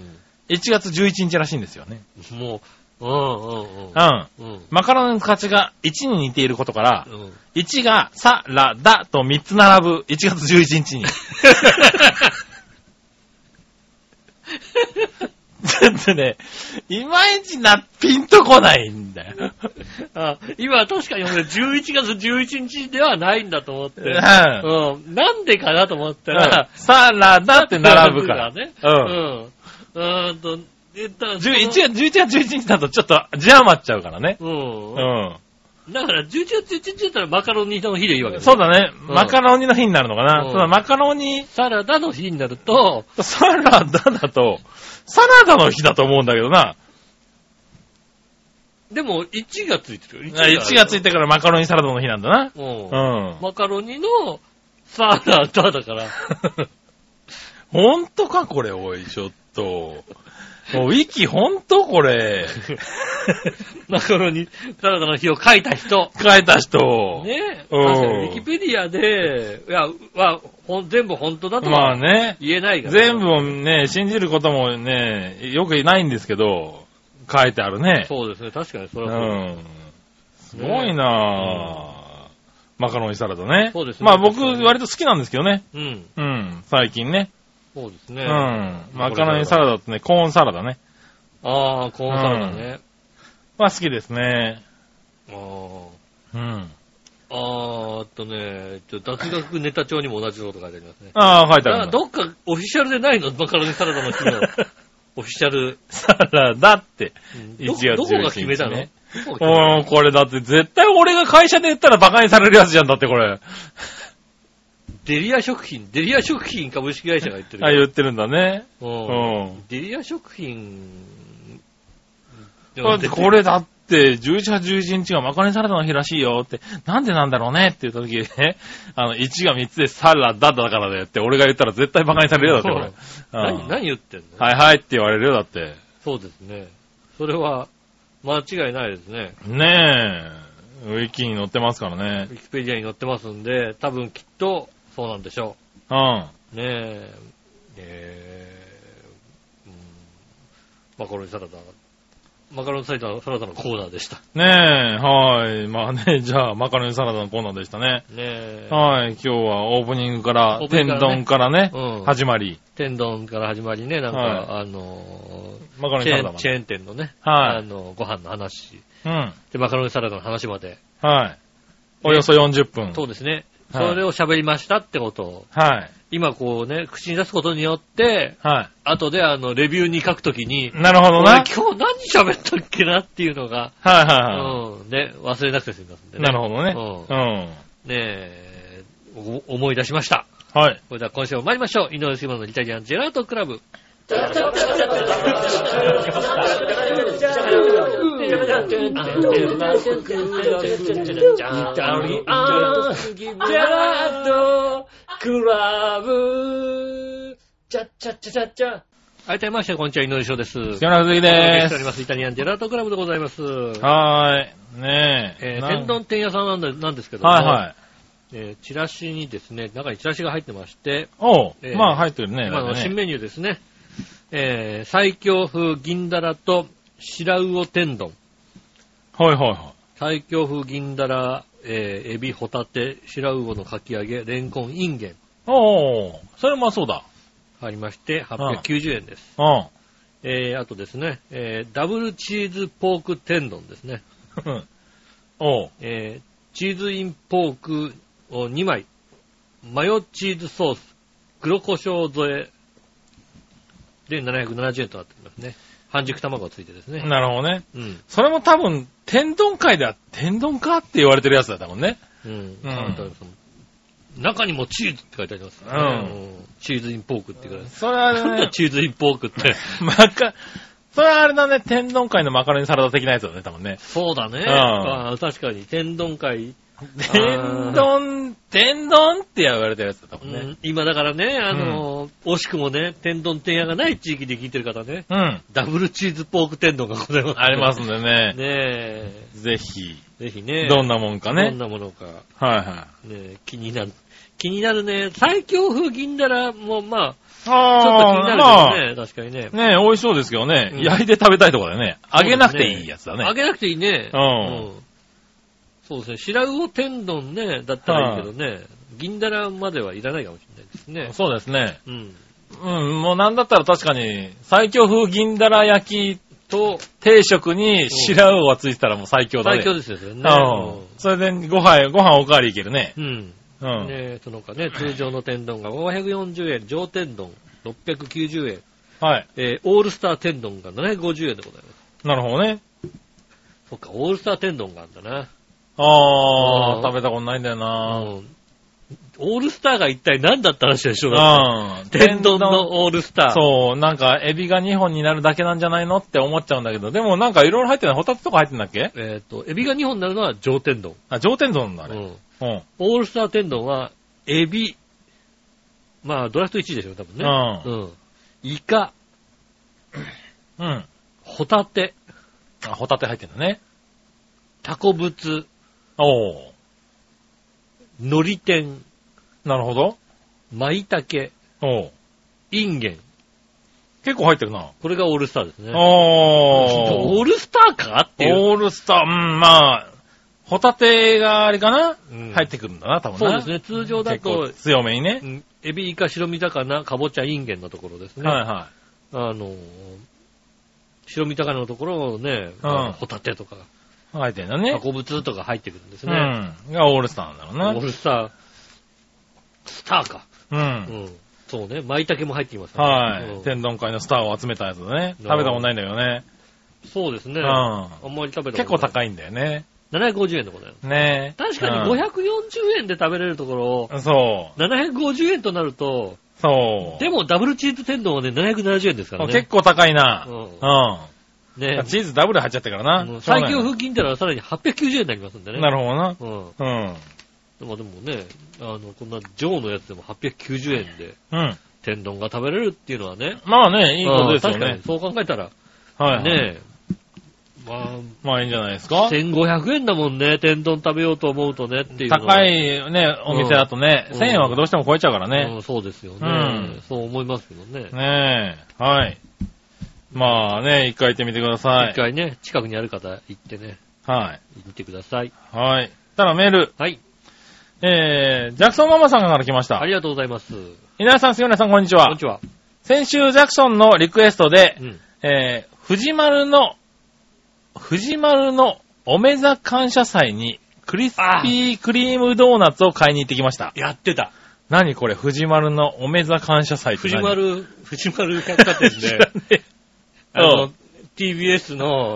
、1月11日らしいんですよね。 もう、 マカロニの形が1に似ていることから、1がサラダと3つ並ぶ1月11日に。ちょっとね、いまいちピンとこないんだよ。 今確かに俺11月11日ではないんだと思って。なんでかなと思ったら、 サラダって並ぶからね。11月11日だとちょっと字余っちゃうからね。 だから11月11日だったらマカロニの日でいいわけそうだね。マカロニの日になるのかな。ただマカロニサラダの日になると、 サラダだと、サラダの日だと思うんだけどな。 でも、1がついてるよ。 1がついてからマカロニサラダの日なんだな。 うん。マカロニのサラダだから。 ほんとかこれ、おい、ちょっと。もう、ウィキほんとこれ。 マカロニサラダの日を書いた人。ね。ウィキペディアで、いや、全部本当だとは言えないから、 ね。全部をね、信じることもね、よくないんですけど、書いてあるね。 そうですね、確かにそれはそうです。 すごいなぁ。マカロニサラダね。そうですね。まあ僕、割と好きなんですけどね。最近ね。 そうですね。 マカロニサラダってね、コーンサラダね。 ああ、コーンサラダね。 まあ好きですね。 雑学ネタ帳にも同じこと書いてありますね。 ああ、書いてある。 どっかオフィシャルでないのマカロニサラダの日の。オフィシャル。 サラダって。 どこが決めたの？ これだって絶対俺が会社で言ったら馬鹿にされるやつじゃんだってこれ。 デリア食品株式会社が言ってる。 言ってるんだね。 デリア食品。 これだって11月11日がマカロニサラダの日らしいよって、なんでなんだろうねって言った時ね、1が3つでサラダだからだよって俺が言ったら絶対馬鹿にされるよだって俺。 何言ってんの？ はいはいって言われるよだって。 そうですね。それは間違いないですね。 ねえ。ウィキに載ってますからね。 ウィキペディアに載ってますんで、多分きっとそうなんでしょう。ねえ。マカロニサラダのコーナーでした。 ねえ、はい。まあね、じゃあ、マカロニサラダのコーナーでしたね。 ねえ。 はい。今日はオープニングから、天丼からね、始まり。 天丼から始まりね、なんか、 マカロニサラダチェーン店のね、ご飯の話。で、マカロニサラダの話まで。 はい。およそ40分。 そうですね。それを喋りましたってことを。 はい。 今こうね、口に出すことによって、後でレビューに書くときに、 なるほどな。 今日何喋ったっけなっていうのが、ね、忘れなくて済みますんでね。 なるほどね。 ね思い出しました。 はい。 それでは今週も参りましょう。井上杉村のイタリアンジェラートクラブ。はい、改めまして、こんにちは、井上翔です。 木村鈴木です。 イタリアンジェラートクラブでございます。 はーい。ねえ。 天丼店屋さんなんですけども、チラシにですね、中にチラシが入ってまして、 まあ入ってるね。 今の新メニューですね。最強風銀だらと白魚天丼。 はいはいはい。 最強風銀だら、エビ、ホタテ、白魚のかき揚げ、レンコン、インゲン。 それもそうだ。 ありまして、890円です。あとですね、ダブルチーズポーク天丼ですね。チーズインポークを2枚、マヨチーズソース、黒胡椒添えで770円となっておりますね。半熟卵がついてですね。 なるほどね。それも多分、天丼界では天丼かって言われてるやつだったもんね。 中にもチーズって書いてあります、チーズインポークって言うから。 それはね。 なんだチーズインポークって。 それはあれだね、天丼界のマカロニサラダ的なやつだね、多分ね。 そうだね。確かに、天丼界。 天丼って言われてるやつだったもんね。 今だからね、惜しくもね、天丼店屋がない地域で聞いてる方ね。ダブルチーズポーク天丼がございます、 ありますんでね。 ねえ。 ぜひね。 どんなもんかね。 どんなものか。 ね気になるね。最強風銀だらも、まあ、ちょっと気になるけどね、確かにね。 ねえ、美味しそうですけどね。焼いて食べたいとこだよね。揚げなくていいやつだね。 揚げなくていいね。そうですね。白魚天丼ね、だったらいいけどね。銀だらまではいらないかもしれないですね。 そうですね。もうなんだったら確かに、最強風銀だら焼きと定食に白魚がついてたらもう最強だね。 最強ですよね。 それでご飯おかわりいけるね。 その他ね、通常の天丼が540円、上天丼690円。オールスター天丼が750円でございます。 なるほどね。 そっか、オールスター天丼があるんだな。 食べたことないんだよな。 オールスターが一体何だった話でしょうか。天丼のオールスター。 そう、なんか、エビが2本になるだけなんじゃないのって思っちゃうんだけど、でもなんかいろいろ入ってない。ホタテとか入ってんだっけ？ エビが2本になるのは上天丼。 あ、上天丼だね。 うん。オールスター天丼は、エビ、まあ、ドラフト1位でしょ、多分ね。うん。イカ。 うん。 ホタテ。 あ、ホタテ入ってんだね。 タコブツ。 おー。 海苔天。 なるほど。 舞茸。 おー。 インゲン。 結構入ってるな。 これがオールスターですね。 オールスターかっていう。 オールスター、まあ、ホタテがあれかな、入ってくるんだな、多分な。 そうですね。通常だと、 強めにね。 エビ、イカ、白身魚、かぼちゃ、インゲンのところですね。 はいはい。 白身魚のところをね、ホタテとか。 入ってんだね。 タコブツとか入ってくるんですね。 がオールスターなんだろうな。 オールスター。スターか。そうね。舞茸も入ってきますね。 はい。天丼界のスターを集めたやつだね。食べたことないんだけどね。 そうですね。あんまり食べたことない。 結構高いんだよね。 750円でございます。 ね確かに540円で食べれるところ、 そう。 750円となると、 そう。 でもダブルチーズ天丼はね、770円ですからね。 結構高いな。 ね、 チーズダブル入っちゃってからな。 最強風金ってのはさらに890円になりますんでね。 なるほどな。 でもね、こんな上のやつでも890円で、天丼が食べれるっていうのはね。 まあね、いいことですよね。 確かに、そう考えたら。 はい。 ねまあいいんじゃないですか。 1500円だもんね、天丼食べようと思うとねっていう。 高いね、お店だとね、1000円はどうしても超えちゃうからね。 そうですよね。そう思いますけどね。 ねえ、はい。まあね、一回行ってみてください。 一回ね、近くにある方行ってね。 はい。 見てください。 はい。ただメール。 はい。 ジャクソンママさんから来ました。 ありがとうございます。 稲田さん、杉村さん、こんにちは。 こんにちは。 先週、ジャクソンのリクエストで、藤丸のおめざ感謝祭にクリスピークリームドーナツを買いに行ってきました。 やってた。 何これ、藤丸のおめざ感謝祭って何？藤丸百貨店で、TBS の、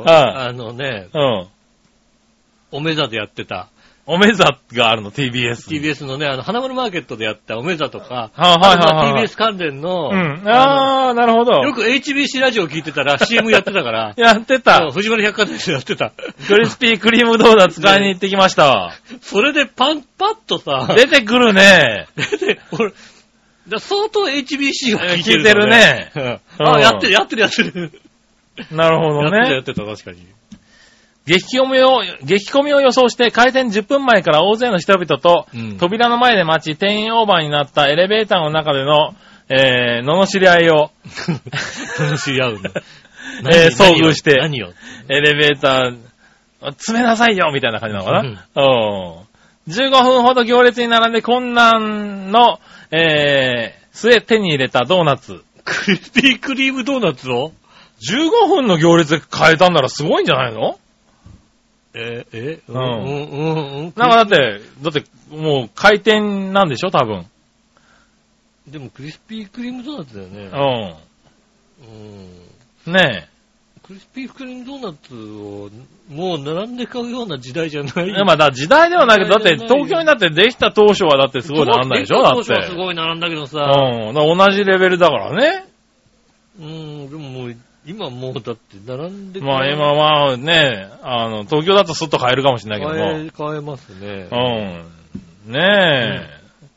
おめざでやってた。 おめざがあるの、TBS のね、花丸マーケットでやったおめざとか、TBS 関連の、 なるほど。 よく HBC ラジオ聞いてたら CM やってたから。 やってた。 藤丸百貨店でやってた。 クリスピークリームドーナツ買いに行ってきました。 それでパッとさ、 出てくるね。 俺、相当 HBC を聞いてる。聞いてるね。 やってる。 なるほどね。 やってた、確かに。 激込みを予想して開店10分前から大勢の人々と、扉の前で待ち、定員オーバーになったエレベーターの中での、罵り合いを、 罵り合うんだ。 遭遇して、 何よ。 エレベーター、詰めなさいよみたいな感じなのかな。15分ほど行列に並んで困難の、末手に入れたドーナツ。 クリスピークリームドーナツを ?15 分の行列で買えたんならすごいんじゃないの？なんかだって、もう開店なんでしょ多分。 でもクリスピークリームドーナツだよね。 ねえ。 クリスピークリームドーナツをもう並んで買うような時代じゃない。 まあ時代ではないけど、だって東京になってできた当初はだってすごい並んだでしょだって。 当初はすごい並んだけどさ。 同じレベルだからね。 でももう、今もうだって並んでまあ今はね、東京だとスッと買えるかもしれないけども。 買えますね。 ね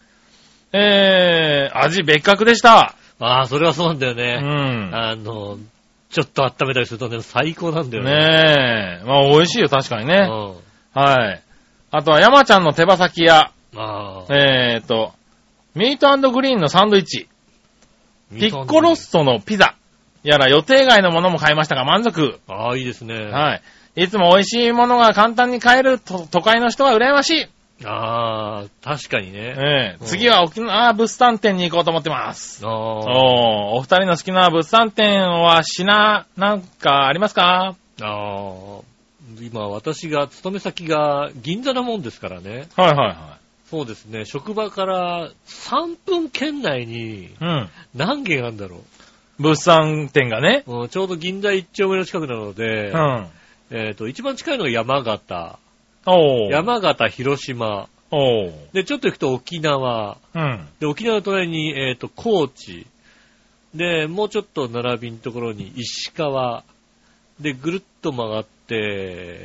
え。味別格でした。 ああ、それはそうなんだよね。ちょっと温めたりするとね、最高なんだよね。 ねえ。まあ美味しいよ、確かにね。はい。あとは山ちゃんの手羽先や、ミート&グリーンのサンドイッチ、ピッコロッソのピザ、やら予定外のものも買いましたが満足。 ああ、いいですね。 はい。いつも美味しいものが簡単に買える都会の人は羨ましい。 ああ、確かにね。 次は沖縄物産展に行こうと思ってます。お二人の好きな物産展はなんかありますか？ 今私が勤め先が銀座なもんですからね。 はいはいはい。 そうですね。職場から3分圏内に何軒あるんだろう。 物産展がね。 ちょうど銀座1丁目の近くなので、一番近いのが山形。山形、広島。 で、ちょっと行くと沖縄。で、沖縄の隣に、高知。で、もうちょっと並びのところに石川。で、ぐるっと曲がって、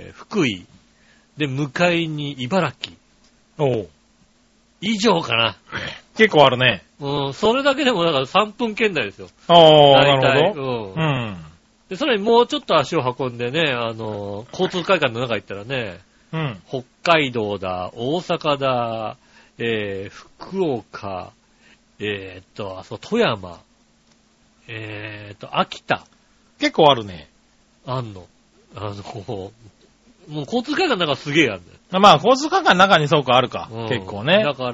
福井。で、向かいに茨城。以上かな。 結構あるね。 それだけでもだから3分圏内ですよ。 なるほど。 で、さらにもうちょっと足を運んでね、交通会館の中行ったらね、北海道だ、大阪だ、福岡、富山、秋田。 結構あるね。 あんの。もう交通会館の中すげえあるんだよ。 まあ、交通会館の中にそうかあるか。結構ね。 だから、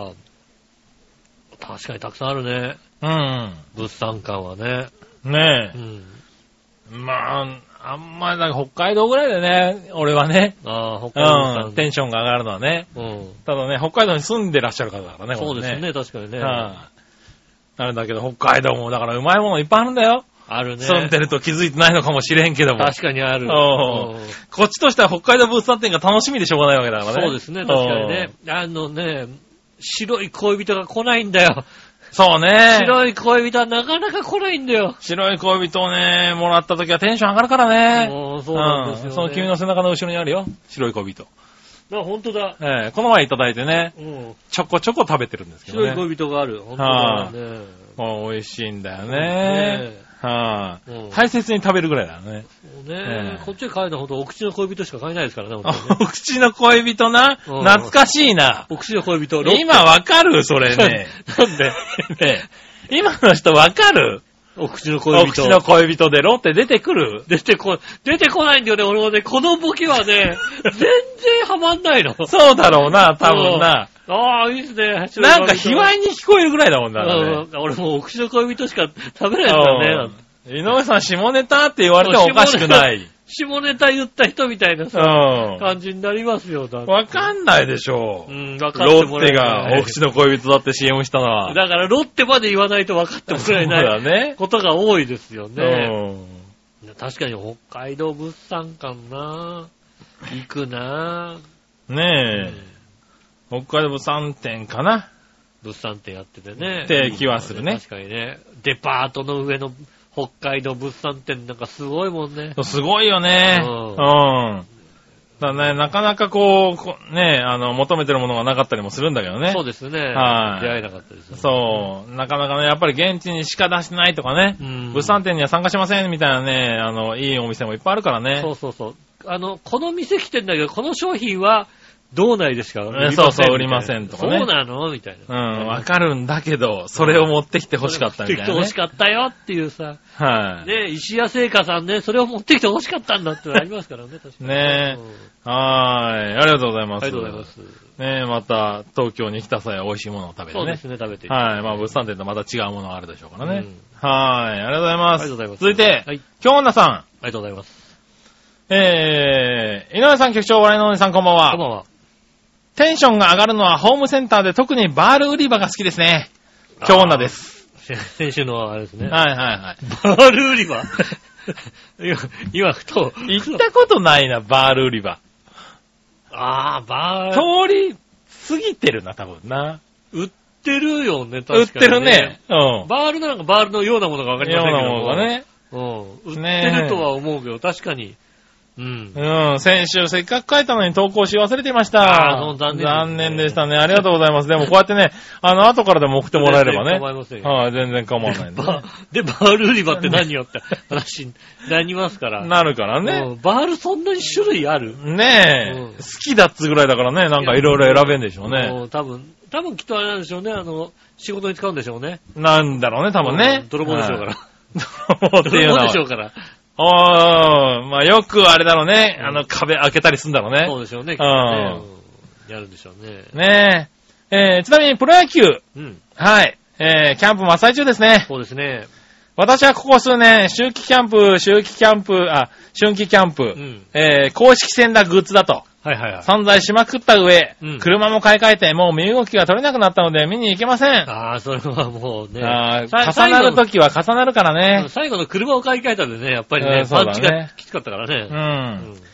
確かにたくさんあるね。物産館はね。 ねえ。まあ、あんまりなんか北海道ぐらいでね、俺はね。北海道テンションが上がるのはね。ただね、北海道に住んでらっしゃる方だからね。 そうですね、確かにね。 あれだけど、北海道もだからうまいものいっぱいあるんだよ。 あるね。 住んでると気づいてないのかもしれんけども。 確かにある。 こっちとしては北海道物産展が楽しみでしょうがないわけだからね。 そうですね、確かにね。白い恋人が来ないんだよ。 そうね。 白い恋人はなかなか来ないんだよ。 白い恋人をね、もらった時はテンション上がるからね。 そうなんですよ、ね。 その君の背中の後ろにあるよ。白い恋人。 本当だ。 この前いただいてね、ちょこちょこ食べてるんですけどね。 白い恋人がある。本当だね。 美味しいんだよね。大切に食べるぐらいだね。 こっちで買えないほどお口の恋人しか買えないですからね。 お口の恋人な。懐かしいな。 お口の恋人。 今わかるそれね。なんでね今の人わかるお口の恋人。 お口の恋人でロッテ出てくる出てこないんだよね。俺もね、このボケはね、全然ハマんないの。 そうだろうな、多分な。 いいですね。 なんか卑猥に聞こえるぐらいだもんな、 俺もお口の恋人しか食べないんだよね。 井上さん下ネタって言われてもおかしくない。 下ネタ言った人みたいなさ、感じになりますよ。 わかんないでしょ。 わかってもらえない。 ロッテがお口の恋人だって CM したのは。 だからロッテまで言わないと分かってもらえないことが多いですよね。確かに北海道物産館な行くなねえ。北海道物産展かな物産展やっててね。 って気はするね。 確かにね。デパートの上の北海道物産展なんかすごいもんね。 すごいよね。だね、なかなかね、求めてるものがなかったりもするんだけどね。 そうですね。出会えなかったですね。 そう。なかなかね、やっぱり現地にしか出してないとかね。物産展には参加しませんみたいなね、いいお店もいっぱいあるからね。 そう。この店来てんだけど、この商品は、道内でしか売りません。 そう、売りませんとかね。 そうなのみたいな。 わかるんだけど、それを持ってきて欲しかったみたいな、ね。 持ってきて欲しかったよっていうさ。ね、石屋製菓さんね、それを持ってきて欲しかったんだってのありますからね、確かに。 ねありがとうございます。 ありがとうございます。 ねまた、東京に来た際は美味しいものを食べてね。 そうですね、食べて。 まあ、物産展とまた違うものがあるでしょうからね。ありがとうございます。 ありがとうございます。 続いて、京女さん。ありがとうございます。 井上さん、局長、笑いのお姉さん、こんばんは。 こんばんは。 テンションが上がるのはホームセンターで特にバール売り場が好きですね。京女です。 先週のあれですね。 バール売り場今、ふと。 行ったことないな、バール売り場。 バール。 通り過ぎてるな、多分な。 売ってるよね、確かに、ね。 売ってるね。 バールなんかバールのようなものがわかりませんけど。 ようなものがね。 売ってるとは思うけど、確かに。 先週せっかく書いたのに投稿し忘れていました。残念でしたね。ありがとうございます。でもこうやってね、後からでも送ってもらえればね。全然構わないんで。 で、バール売り場って何よって話になりますから。 なるからね。 バールそんなに種類あるねえ。好きだっつぐらいだからね、なんかいろいろ選べんでしょうね。 多分きっとあれなんでしょうね。仕事に使うんでしょうね。 なんだろうね、多分ね。 泥棒でしょうから。 泥棒っていうのは。 泥棒でしょうから。 まあよくあれだろうね。壁開けたりするんだろうね。 そうでしょうね。やるんでしょうね。 ねえ。ちなみにプロ野球。はい。キャンプ真っ最中ですね。 そうですね。 私はここ数年、春季キャンプ、公式戦だグッズだと。散財しまくった上、車も買い替えて、もう身動きが取れなくなったので見に行けません。 それはもうね。 重なるときは重なるからね。 最後の車を買い替えたんでね、やっぱりね、パンチがきつかったからね。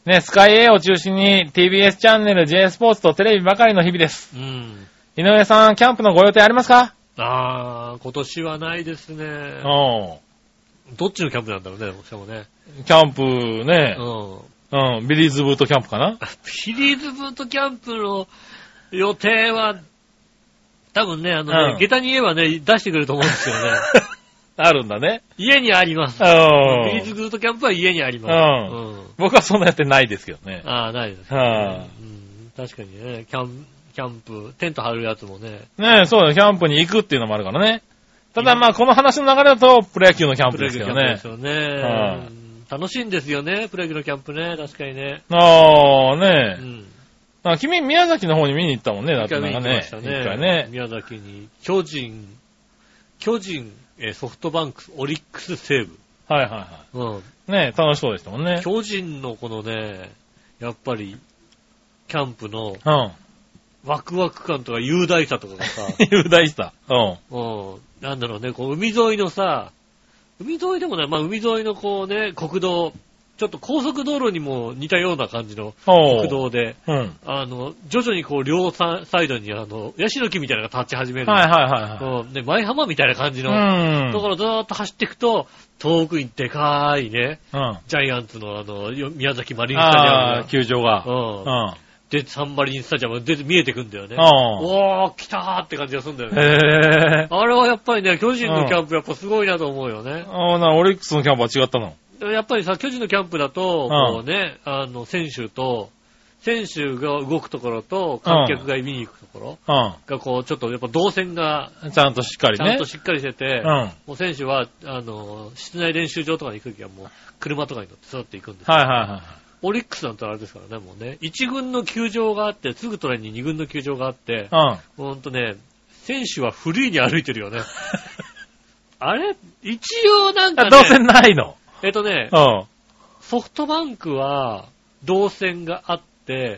ね、スカイ A を中心に TBS チャンネル J スポーツとテレビばかりの日々です。井上さん、キャンプのご予定ありますか？ 今年はないですね。どっちのキャンプなんだろうね、しかもね。 キャンプね。ビリーズブートキャンプかな？ ビリーズブートキャンプの予定は、多分ね、下駄に言えばね、出してくれると思うんですよね。 あるんだね。 家にあります。ビリーズブートキャンプは家にあります。 僕はそんなやってないですけどね。 ないです、ね。確かにね、キャンプ、テント張るやつもね。 ねえ、そうだよ、キャンプに行くっていうのもあるからね。ただまあ、この話の流れだと、プロ野球のキャンプですけどね。 プロ野球のキャンプですよね。楽しいんですよね、プロ野球のキャンプね、確かにね。 ねえ。君、宮崎の方に見に行ったもんね、だってなんかね。 一回ね。宮崎に、巨人、ソフトバンク、オリックス、西武。 はいはいはい。ねえ、楽しそうでしたもんね。 巨人のこのね、やっぱり、キャンプの、ワクワク感とか雄大さとかがさ。 雄大さ。 なんだろうね、こう、海沿いのさ、海沿いでもね、まあ海沿いのこうね、国道、ちょっと高速道路にも似たような感じの国道で、徐々にこう両サイドにヤシの木みたいなのが立ち始める。で、舞浜みたいな感じの、だからずーっと走っていくと、遠くにでかいね、ジャイアンツの宮崎マリンスタジアム。 球場が。 で、サンマリンスタジアムで見えてくんだよね。おー、来たーって感じがするんだよね。あれはやっぱりね、巨人のキャンプやっぱすごいなと思うよね。 オリックスのキャンプは違ったの？ やっぱりさ、巨人のキャンプだと、こうね、選手が動くところと、観客が見に行くところが、こう、ちょっとやっぱ動線が、 ちゃんとしっかりね。 ちゃんとしっかりしてて、もう選手は、室内練習場とかに行くときはもう、車とかに乗って育っていくんですよ。オリックスなんてあれですからね、もうね、1軍の球場があって、すぐ隣に2軍の球場があって、ほんとね、選手はフリーに歩いてるよね。あれ一応なんかね。 動線ないの？ ソフトバンクは動線があって、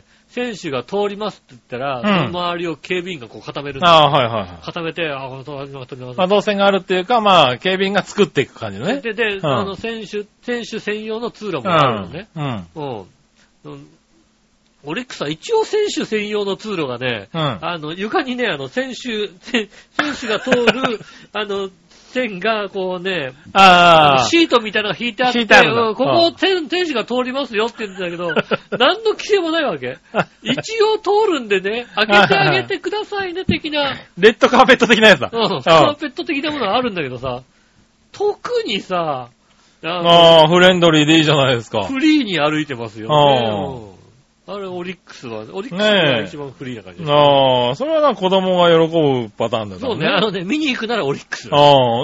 選手が通りますって言ったら、その周りを警備員がこう固めるんですよ。固めて、 動線があるっていうか、まあ、警備員が作っていく感じのね。 で、選手専用の通路もあるのね。オリックスは一応選手専用の通路がね、床にね、選手が通る、線が、こうね、シートみたいなのが引いてあって、ここ、選手が通りますよって言うんだけど、何の規制もないわけ。一応通るんでね、開けてあげてくださいね、的な。 レッドカーペット的なやつだ。 カーペット的なものがあるんだけどさ、特にさ、 フレンドリーでいいじゃないですか。 フリーに歩いてますよね。あれ、オリックスが一番フリーな感じです、ね。 それはな、子供が喜ぶパターンだからね。 そうね、見に行くならオリックス。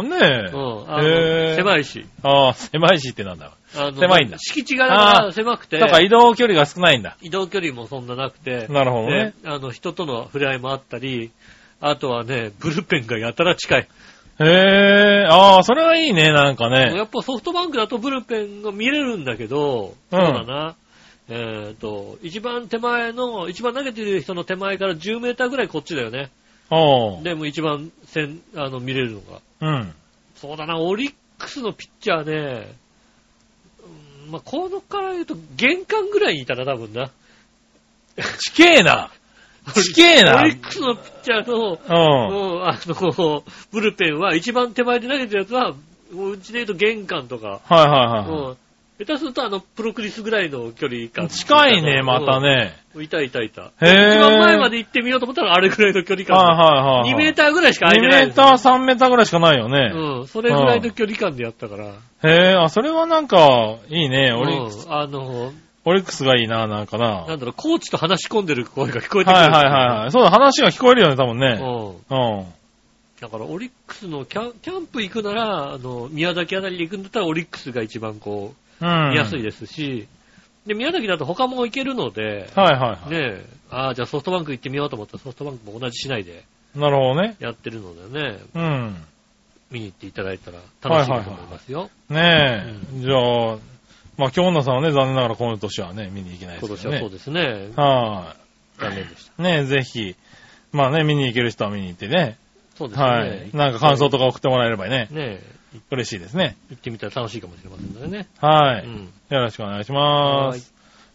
狭いし。 狭いしってなんだ。狭いんだ。 敷地が狭くて。 だから移動距離が少ないんだ。 移動距離もそんななくて。 なるほどね。 人との触れ合いもあったり、あとはね、ブルペンがやたら近い。 それはいいね、なんかね。 やっぱソフトバンクだとブルペンが見れるんだけど、そうだな。一番投げてる人の手前から10メーターぐらいこっちだよね。でも一番見れるのが。そうだな、オリックスのピッチャーね、まあ、このから言うと玄関ぐらいにいたな、多分な。 ちけえな。ちけえな。 オリックスのピッチャーの、ブルペンは一番手前で投げてるやつは、うちで言うと玄関とか。下手するとプロクリスぐらいの距離感。 近いね、またね。 いた。一番前まで行ってみようと思ったらあれぐらいの距離感。2メーターぐらいしか空いてない。 2メーター、3メーターぐらいしかないよね。 それぐらいの距離感でやったから。 それはなんか、いいね、オリックス。オリックスがいいな、なんかな。 なんだろう、コーチと話し込んでる声が聞こえてくる。 そうだ、話が聞こえるよね、多分ね。 だからオリックスのキャンプ行くなら、宮崎あたりで行くんだったらオリックスが一番こう、見やすいですし、で、宮崎だと他も行けるので、じゃあソフトバンク行ってみようと思ったらソフトバンクも同じ市内で、 なるほどね。 やってるのでね、見に行っていただいたら楽しいと思いますよ。 じゃあ、まあ、京女さんはね、残念ながら今年はね、見に行けないですけどね。 今年はそうですね。残念でした。 ぜひ、まあね、見に行ける人は見に行ってね。 そうですね。 なんか感想とか送ってもらえればね。嬉しいですね。 行ってみたら楽しいかもしれませんのでね。 よろしくお願いします。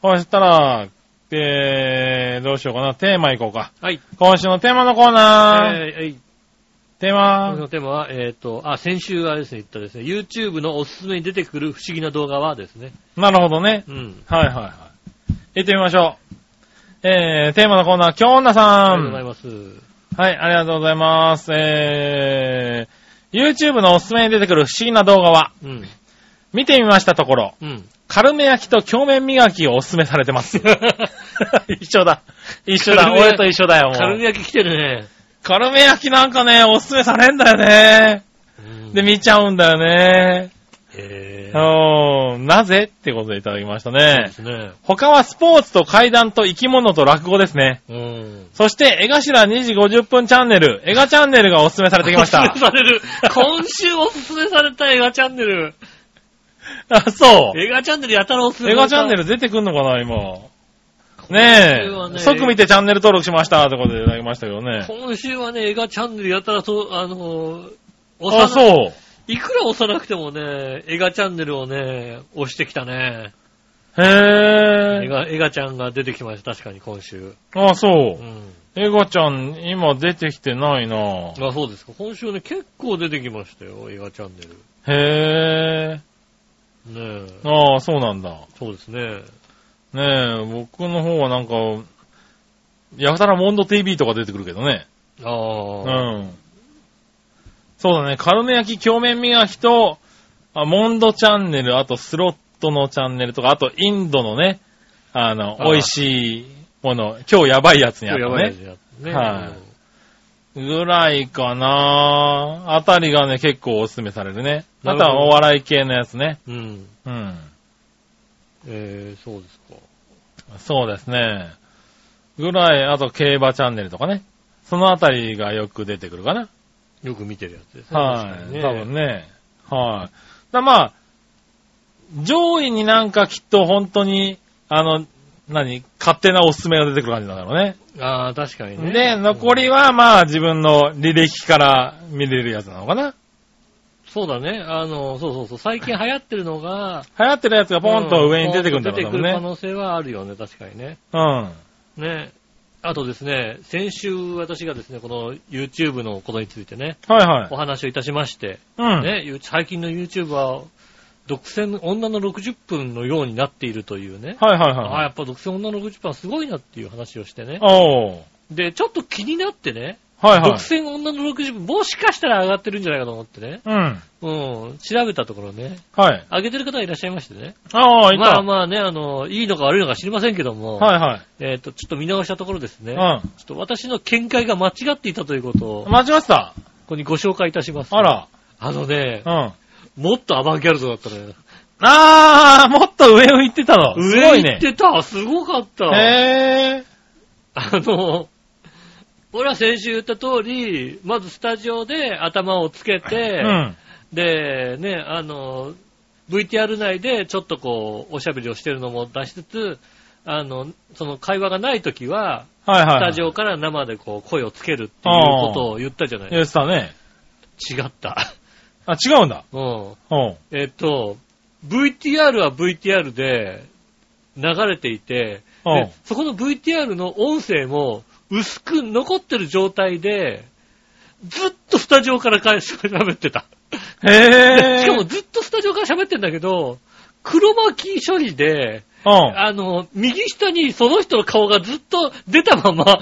そしたら、どうしようかな。テーマいこうか。 はい。 今週のテーマのコーナー。テーマ。 今週のテーマは、先週はですね、言ったですね、YouTube のおすすめに出てくる不思議な動画はですね。 なるほどね。 うん。 はいはいはい。行ってみましょう。テーマのコーナー、京女さん。 ありがとうございます。 はい、ありがとうございます。YouTube のおすすめに出てくる不思議な動画は、うん、見てみましたところ、うん、カルメ焼きと鏡面磨きをおすすめされてます。一緒だ。俺と一緒だよ、もう。 カルメ焼き来てるね。 カルメ焼きなんかね、おすすめされんだよね。で、見ちゃうんだよね。なぜってことでいただきましたね。そうですね。他はスポーツと怪談と生き物と落語ですね。そして、江頭2時50分チャンネル、映画チャンネルがおすすめされてきました。 おすすめされる。今週おすすめされた映画チャンネル。 あ、そう。 映画チャンネルやたらおすすめ。 映画チャンネル出てくんのかな、今。ねえ。即見てチャンネル登録しましたってことでいただきましたけどね。 今週はね、映画チャンネルやたらと、 そう。 いくら押さなくてもね、映画チャンネルをね、押してきたね。 へぇー。映画ちゃんが出てきました、確かに今週。 あ、そう。うん。映画ちゃん、今出てきてないなぁ。 あ、そうですか。今週ね、結構出てきましたよ、映画チャンネル。 へぇー。ねえ。 ああ、そうなんだ。 そうですね。 ねえ、僕の方はなんか、やたらモンド TV とか出てくるけどね。 ああ。 うん。そうだね、カルメ焼き、鏡面磨きと、モンドチャンネル、あとスロットのチャンネルとか、あとインドのね、美味しいもの、今日やばいやつにあったね。今日やばいやつにあったね。はい。ぐらいかなあたりがね、結構おすすめされるね。あとはお笑い系のやつね。 うん。 うん。 そうですか。 そうですね。ぐらい、あと競馬チャンネルとかね。そのあたりがよく出てくるかな。 よく見てるやつですね。 はい。多分ね。はい。まあ、上位になんかきっと本当に、勝手なおすすめが出てくる感じなんだろうね。 ああ、確かにね。 で、残りはまあ自分の履歴から見れるやつなのかな。 そうだね。そう。最近流行ってるのが、 流行ってるやつがポンと上に出てくるんだろうね。 出てくる可能性はあるよね、確かにね。 うん。 ね。あとですね、先週私がですね、この YouTube のことについてね、 はいはい。 お話をいたしまして、 うん。 ね、最近の YouTube は、独占女の60分のようになっているというね。 はいはいはい。 やっぱ独占女の60分はすごいなっていう話をしてね。 おー。 で、ちょっと気になってね、 はいはい。 独占女の60分、もしかしたら上がってるんじゃないかと思ってね。 うん。 うん。調べたところね。 はい。 上げてる方がいらっしゃいましてね。 ああ、いた。 まあね、いいのか悪いのか知りませんけども。 はいはい。 ちょっと見直したところですね。 うん。 ちょっと私の見解が間違っていたということを。 間違ってた。 ここにご紹介いたします。 あら。 うん。 もっとアバンギャルドだったね。 もっと上を行ってたの。すごいね。 上行ってた。すごかった。 へー。俺は先週言った通り、まずスタジオで頭をつけて、 うん、 で、ね、VTR 内でちょっとこう、おしゃべりをしてるのも出しつつ、その会話がないときは、 はいはいはい、 スタジオから生でこう、声をつけるっていうことを言ったじゃない言ってたね。 違った。 あ、違うんだ。 うん。VTR は VTR で流れていて、でそこの VTR の音声も、薄く残ってる状態で、ずっとスタジオから喋ってた。 へー。 しかもずっとスタジオから喋ってんだけど、黒巻き処理で、右下にその人の顔がずっと出たまま、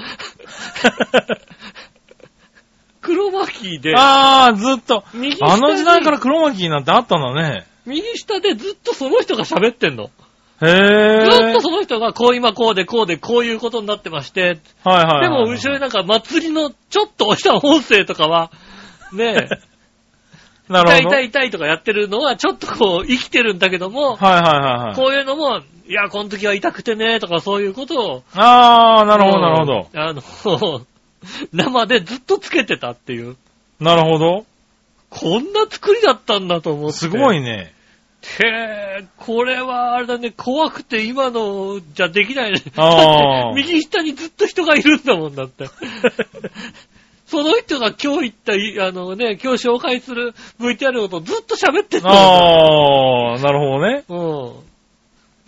黒巻きで。 ずっと。あの時代から黒巻きなんてあったんだね。 右下でずっとその人が喋ってんの。 へぇー。 ずっとその人が今こうでこういうことになってまして。 はいはいはい。 でも後ろになんか祭りのちょっと押した音声とかは、ねえ。 なるほど。 痛いとかやってるのはちょっとこう生きてるんだけども。 はいはいはいはい。 こういうのも、いや、この時は痛くてねとかそういうことを。 なるほどなるほど。 生でずっとつけてたっていう。 なるほど。 こんな作りだったんだと思って。 すごいね。 これはあれだね、怖くて今のじゃできないね。右下にずっと人がいるんだもんだって。その人が今日言った、今日紹介する VTR のことをずっと喋ってた。 なるほどね。 うん。い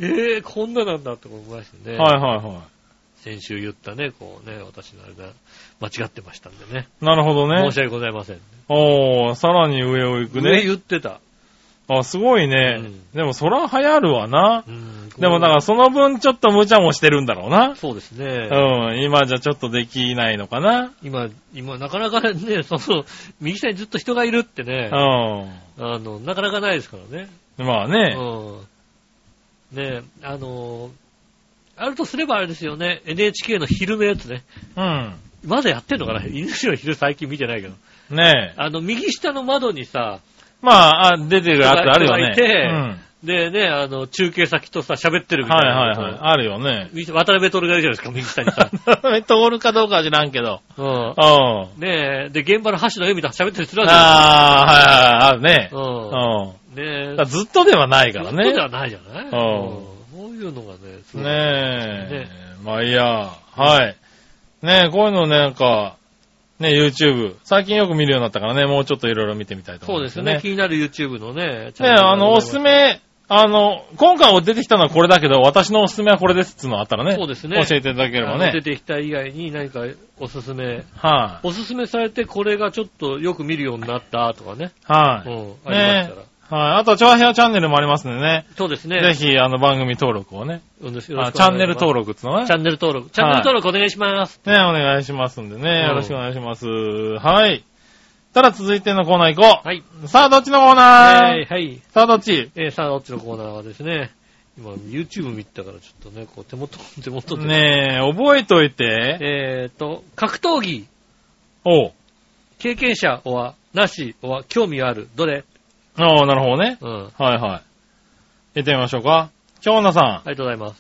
こんななんだって思いましてね。 はいはいはい。 先週言ったね、こうね、私のあれが間違ってましたんでね。 なるほどね。 申し訳ございません。 さらに上を行くね。 上言ってた。 すごいね。でもそら流行るわな。でもだからその分ちょっと無茶もしてるんだろうな。 そうですね。 今じゃちょっとできないのかな。 今なかなかね、右下にずっと人がいるってね。なかなかないですからね。 まあね。 ね、あるとすればあれですよね。NHK の昼のやつね。まだやってんのかな？NHK の昼最近見てないけど。 ね右下の窓にさ、 出てるやつあるよね。 でね、中継先とさ、喋ってるみたいな。 はいはいはい。あるよね。 渡辺徹がいるじゃないですか、右下にさ。 渡辺徹かどうかは知らんけど。 ねえ、で、現場の橋の上みたいな喋ったりするわけですよ。あるね。 ねえ。ずっとではないからね。 ずっとではないじゃないそういうのがね、 すごい。ねえ。まあいいや。はい。ねえ、こういうのなんか、ね、YouTube。最近よく見るようになったからね、もうちょっといろいろ見てみたいと思います。 そうですね。気になる YouTube のね。 ね、おすすめ、今回出てきたのはこれだけど、私のおすすめはこれですっていうのがあったらね。 そうですね。 教えていただければね。 出てきた以外に何かおすすめ。 はい。 おすすめされてこれがちょっとよく見るようになったとかね。 はい。 ありましたら。 はい。あと、チョアヘアチャンネルもありますんでね。 そうですね。 ぜひ、番組登録をね。チャンネル登録ってのね。 チャンネル登録。チャンネル登録お願いします。 ね、お願いしますんでね。よろしくお願いします。はい。ただ続いてのコーナー行こう。 はい。 さあ、どっちのコーナーはい。 さあ、どっちさあ、どっちのコーナーはですね。今、YouTube 見たからちょっとね、こう、手元で。 ねえ、覚えといて。 格闘技。経験者は、なしは、興味ある。どれ？ なるほどね。はいはい。行ってみましょうか。京奈さん。 ありがとうございます。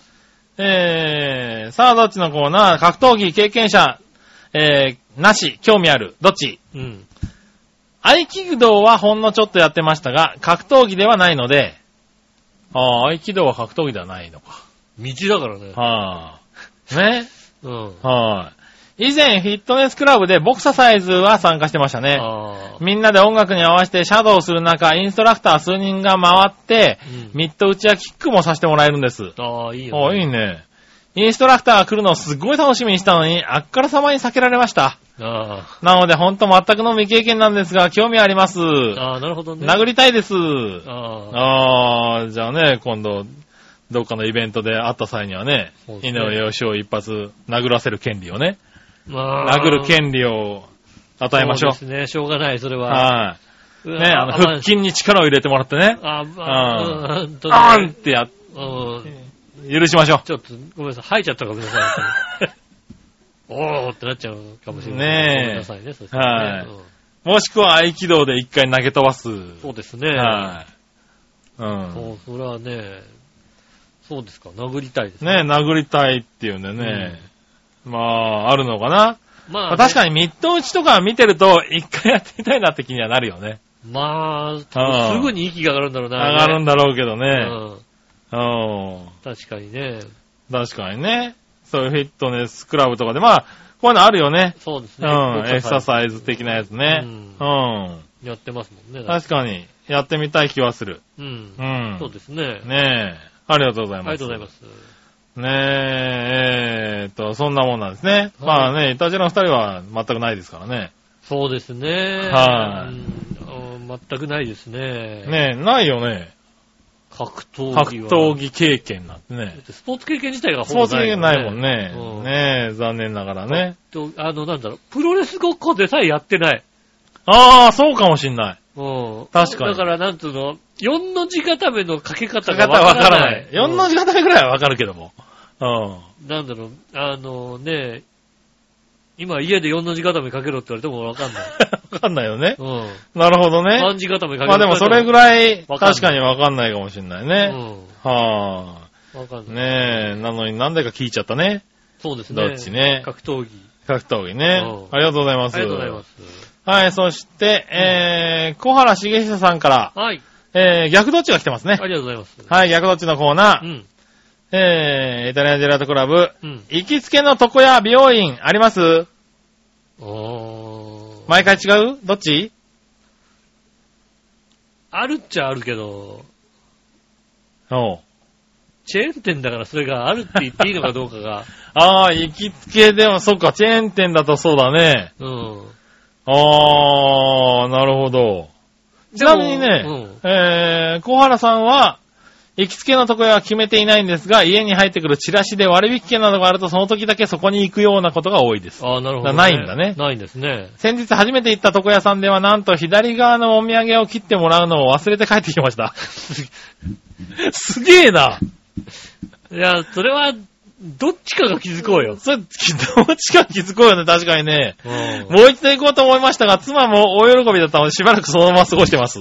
さあ、どっちのコーナー格闘技経験者、なし、興味ある。どっち？合気道はほんのちょっとやってましたが、格闘技ではないので、合気道は格闘技ではないのか。 道だからね。 ね。以前、フィットネスクラブでボクササイズは参加してましたね。みんなで音楽に合わせてシャドウする中、インストラクター数人が回って、ミット打ちやキックもさせてもらえるんです。 いいよね。 いいね。インストラクターが来るのをすっごい楽しみにしたのに、あっからさまに避けられました。なので、ほんと全くの未経験なんですが、興味あります。 なるほどね。 殴りたいです。じゃあね、今度、どっかのイベントで会った際にはね、井上義雄を一発殴らせる権利をね。殴る権利を与えましょう。 そうですね、しょうがない、それは。 ね、腹筋に力を入れてもらってね。ーんって許しましょう。 ちょっと、ごめんなさい、吐いちゃったかもしれない。おーってなっちゃうかもしれない。 ねえ。 ごめんなさいね、そしたらね。 もしくは合気道で一回投げ飛ばす。 そうですね。それはね、そうですか、殴りたいですね。殴りたいっていうんでね。あるのかな。確かにミット打ちとか見てると、一回やってみたいなって気にはなるよね。 すぐに息が上がるんだろうな。 上がるんだろうけどね。 確かにね。 確かにね。そういうフィットネスクラブとかで、こういうのあるよね。 そうですね。 エクササイズ的なやつね。 やってますもんね。 確かに。やってみたい気はする。 そうですね。 ねえ。ありがとうございます。 ありがとうございます。 ねえ、そんなもんなんですね。イタジラの二人は全くないですからね。 そうですね。全くないですね。 ねえ、ないよね。 格闘技経験なんてね。 スポーツ経験自体がほぼない。スポーツ経験ないもんね。ねえ、残念ながらね。 プロレスごっこでさえやってない。 そうかもしんない。確かに。 だから、なんつうの、4の字固めのかけ方がわからない。4の字固めぐらいはわかるけども。 なんだろう、今家で4の字固めかけろって言われてもわかんない。 わかんないよね。なるほどね。 3字固めかけろ。 でもそれぐらい、確かにわかんないかもしんないね。 わかんない。 ねえ、なのに何台か聞いちゃったね。 そうですね。 どっちね。 格闘技ね。ありがとうございます。 ありがとうございます。 はい、そして、小原茂久さんから、逆どっちが来てますね。 ありがとうございます。 はい、逆どっちのコーナー。イタリアンジェラートクラブ、行きつけの床屋美容院あります？毎回違う？どっち？ あるっちゃあるけど。 チェーン店だからそれがあるって言っていいのかどうかが。 ああ、行きつけでも、そっか、チェーン店だとそうだね。 うん。 ああ、なるほど。ちなみにね、小原さんは、行きつけのところは決めていないんですが、家に入ってくるチラシで割引券などがあると、その時だけそこに行くようなことが多いです。 ああ、なるほど、ね。 ないんだね。 ないんですね。 先日初めて行った床屋さんでは、なんと左側のお土産を切ってもらうのを忘れて帰ってきました。すげえな。 いや、それは、どっちかが気づこうよ。 どっちか気づこうよね、確かにね。もう一度行こうと思いましたが、妻も大喜びだったので、しばらくそのまま過ごしてます。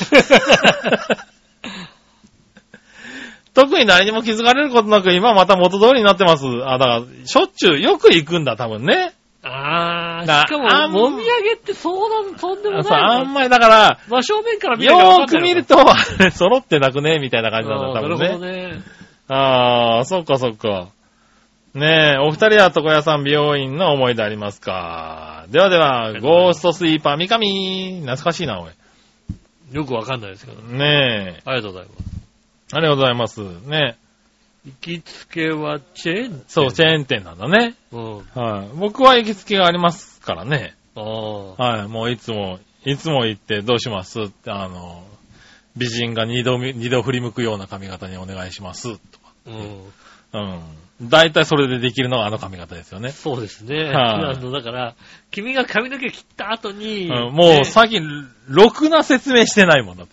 特に誰にも気づかれることなく、今また元通りになってます。だから、しょっちゅうよく行くんだ、多分ね。 しかも、お土産ってとんでもない。 あんまりだから、 真正面から見るとよーく見ると、揃ってなくね、みたいな感じなんだ、多分ね。なるほどね。そっかそっか。ねえ、お二人は床屋さん美容院の思い出ありますか？ではでは、ゴーストスイーパー三上。懐かしいな、おい。 よくわかんないですけど。 ねえ。 ありがとうございます。 ありがとうございます。ね。 行きつけはチェーン店？ そう、チェーン店なんだね。はい。僕は行きつけがありますからね。はい。もういつも行ってどうしますって、美人が二度振り向くような髪型にお願いします。とか。大体それでできるのはあの髪型ですよね。 そうですね。だから、君が髪の毛切った後に、 もう最近、ろくな説明してないもんだって。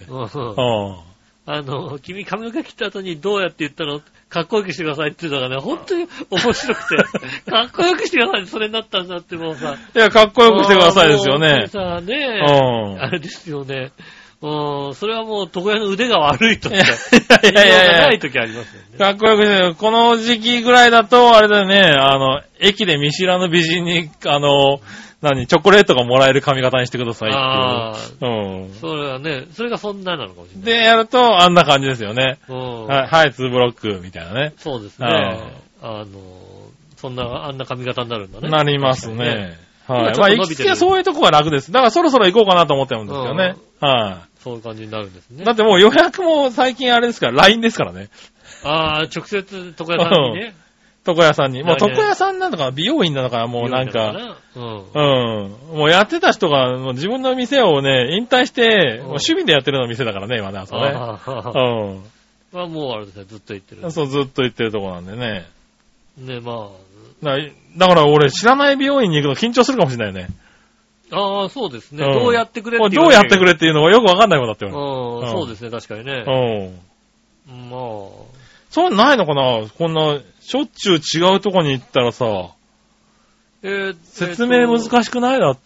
君髪の毛切った後にどうやって言ったの？かっこよくしてくださいっていうのがね、本当に面白くて、かっこよくしてくださいってそれになったんだってもうさ。 いや、かっこよくしてくださいですよね。 さね、あれですよね。それはもう床屋の腕が悪いとか、ない時ありますよね。 かっこよくして、この時期ぐらいだと、あれだよね、駅で見知らぬ美人に、チョコレートがもらえる髪型にしてくださいっていう。 それはね、それがそんななのかもしれない。 で、やると、あんな感じですよね。はい、2ブロック、みたいなね。 そうですね。あんな髪型になるんだね。 なりますね。はい。まあ、行きつけはそういうとこが楽です。だからそろそろ行こうかなと思ってるんですよね。はい。 そういう感じになるんですね。 だってもう予約も最近あれですから、LINE ですからね。 直接床屋さんにね。 床屋さんに。もう床屋さんなのか美容院なのかもうなんか、もうやってた人がもう自分の店をね、引退して、もう趣味でやってるの店だからね、今ね、あそこね。 まあもうあれですね、ずっと行ってる。 そう、ずっと行ってるとこなんでね。 ね、まあ。 だから俺知らない美容院に行くの緊張するかもしれないよね。 そうですね。どうやってくれっていう。どうやってくれっていうのがよくわかんないもんだって。 そうですね、確かにね。まあ。 そうないのかな？こんな、しょっちゅう違うとこに行ったらさ、説明難しくない？だって。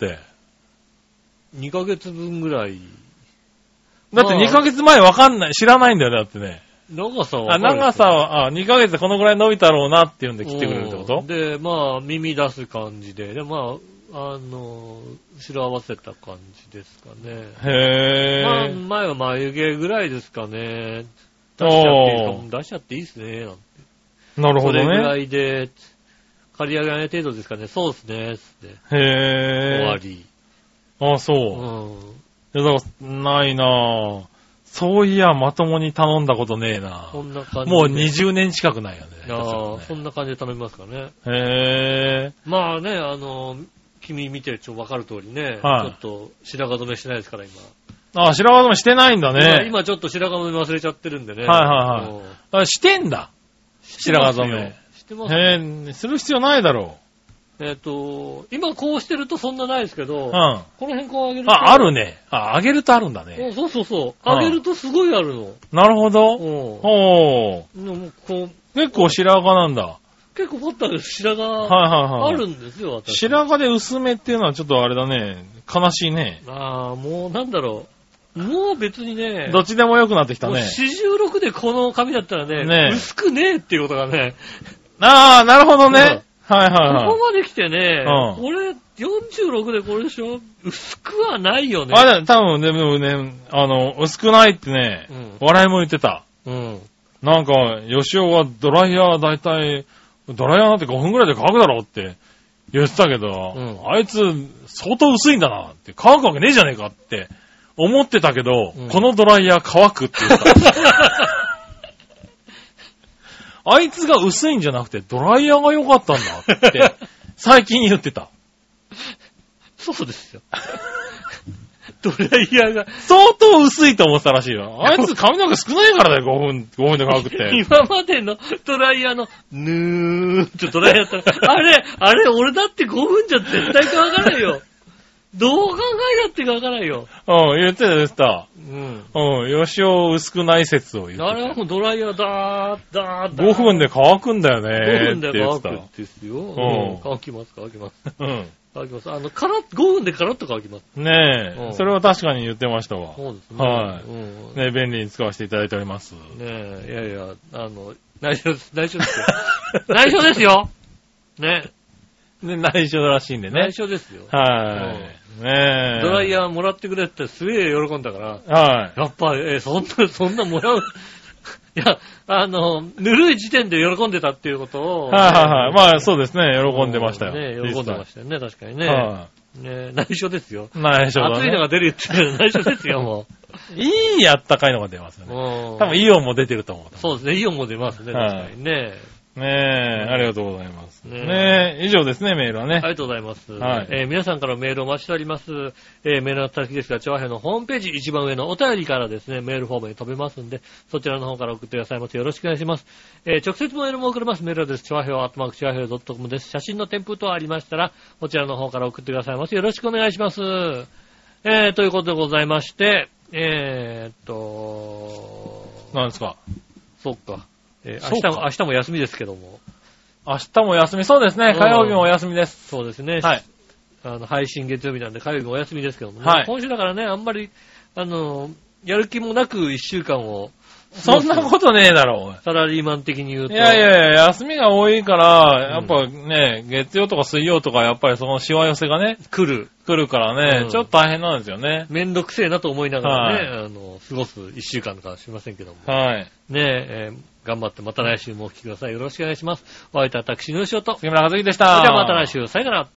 2ヶ月分ぐらい。 だって2ヶ月前わかんない、知らないんだよね、だってね。 長さは、 2ヶ月でこのぐらい伸びたろうなっていうんで切ってくれるってこと？ で、まあ、耳出す感じで、まあ、後ろ合わせた感じですかね。 へぇー。 前は眉毛ぐらいですかね。出しちゃっていいですね、なんて。 なるほどね。 それぐらいで、刈り上げない程度ですかね。そうですね、つって。 へぇー。 終わり。 そう。いや、だからないなぁ。そういや、まともに頼んだことねえな。 そんな感じで。 もう20年近くないよね。 そんな感じで頼みますかね。 へぇー。 まあね、君見てるとわかる通りね、ちょっと白髪染めしてないですから、今。 白髪染めしてないんだね。 今ちょっと白髪染め忘れちゃってるんでね。 してんだ。白髪染め。 してます。 する必要ないだろう。今こうしてるとそんなないですけど、この辺こう上げると。あるね。上げるとあるんだね。 そう。上げるとすごいあるの。 なるほど。結構白髪なんだ。 結構掘ったら白髪あるんですよ、私。 白髪で薄めっていうのはちょっとあれだね。悲しいね。 もうなんだろう。もう別にね。 どっちでも良くなってきたね。 46でこの髪だったらね、薄くねえっていうことがね。 なるほどね。ここまで来てね、俺46でこれでしょ？薄くはないよね。 多分でもね、薄くないってね、笑いも言ってた。なんか、吉尾がドライヤーなんて5分くらいで乾くだろって言ってたけど、あいつ相当薄いんだなって乾くわけねえじゃねえかって思ってたけど、このドライヤー乾くって言った。 あいつが薄いんじゃなくてドライヤーが良かったんだって、最近言ってた。 そうですよ。ドライヤーが相当薄いと思ってたらしいよ。あいつ髪の毛少ないからだよ、5分で乾くって。 今までのドライヤーのドライヤーだったら、あれ、俺だって5分じゃ絶対乾かないよ。どう考えだって乾かないよ。 言ってた。吉尾薄くない説を言ってた。 あれはもうドライヤーダー 5分で乾くんだよね。 5分で乾くんですよ。乾きます。乾きます。5分でカラッと乾きます。 ねえ。それは確かに言ってましたわ。 そうですね。 はい。ね、便利に使わせていただいております。ねえ、いや、内緒ですよ。内緒ですよ。ね。 内緒らしいんでね。 内緒ですよ。 はい。ねえ。 ドライヤーもらってくれってすげえ喜んだから。 はい。 やっぱ、そんなもらう。いや、ぬるい時点で喜んでたっていうことを。 はい。まあ、そうですね。喜んでましたよ。 ね、喜んでましたよね、確かにね。ね、内緒ですよ。 内緒だね。 熱いのが出るって言ったら内緒ですよ、もう。いいあったかいのが出ますよね。多分イオンも出てると思う。 そうですね、イオンも出ますね、確かにね。 ねえ、ありがとうございます。ねえ、以上ですね、メールはね。 ありがとうございます。 はい。 皆さんからメールをお待ちしております。メールの先ですが、チョアヘのホームページ一番上のお便りからですね、メールフォームに飛べますんで、そちらの方から送ってくださいませ。よろしくお願いします。直接メールも送れます。メールアドレス、チョアヘオ@chioaheo.com です。写真の添付等ありましたら、こちらの方から送ってくださいませ。よろしくお願いします。ということでございまして、 何ですか？ そっか。明日も休みですけども。 明日も休み、そうですね。火曜日もお休みです。 そうですね。 はい。 配信月曜日なんで火曜日もお休みですけどもね。 はい。 今週だからね、あんまり、やる気もなく一週間を。 そんなことねえだろう。 サラリーマン的に言うと。 いや、休みが多いから、やっぱね、月曜とか水曜とかやっぱりそのしわ寄せがね、来るからね、ちょっと大変なんですよね。 めんどくせえなと思いながらね、過ごす一週間かしませんけども。 はい。 ね頑張ってまた来週もお聞きください。よろしくお願いします。お会いいたい私、ヌーショと。 杉村和樹でした。 それではまた来週、さよなら。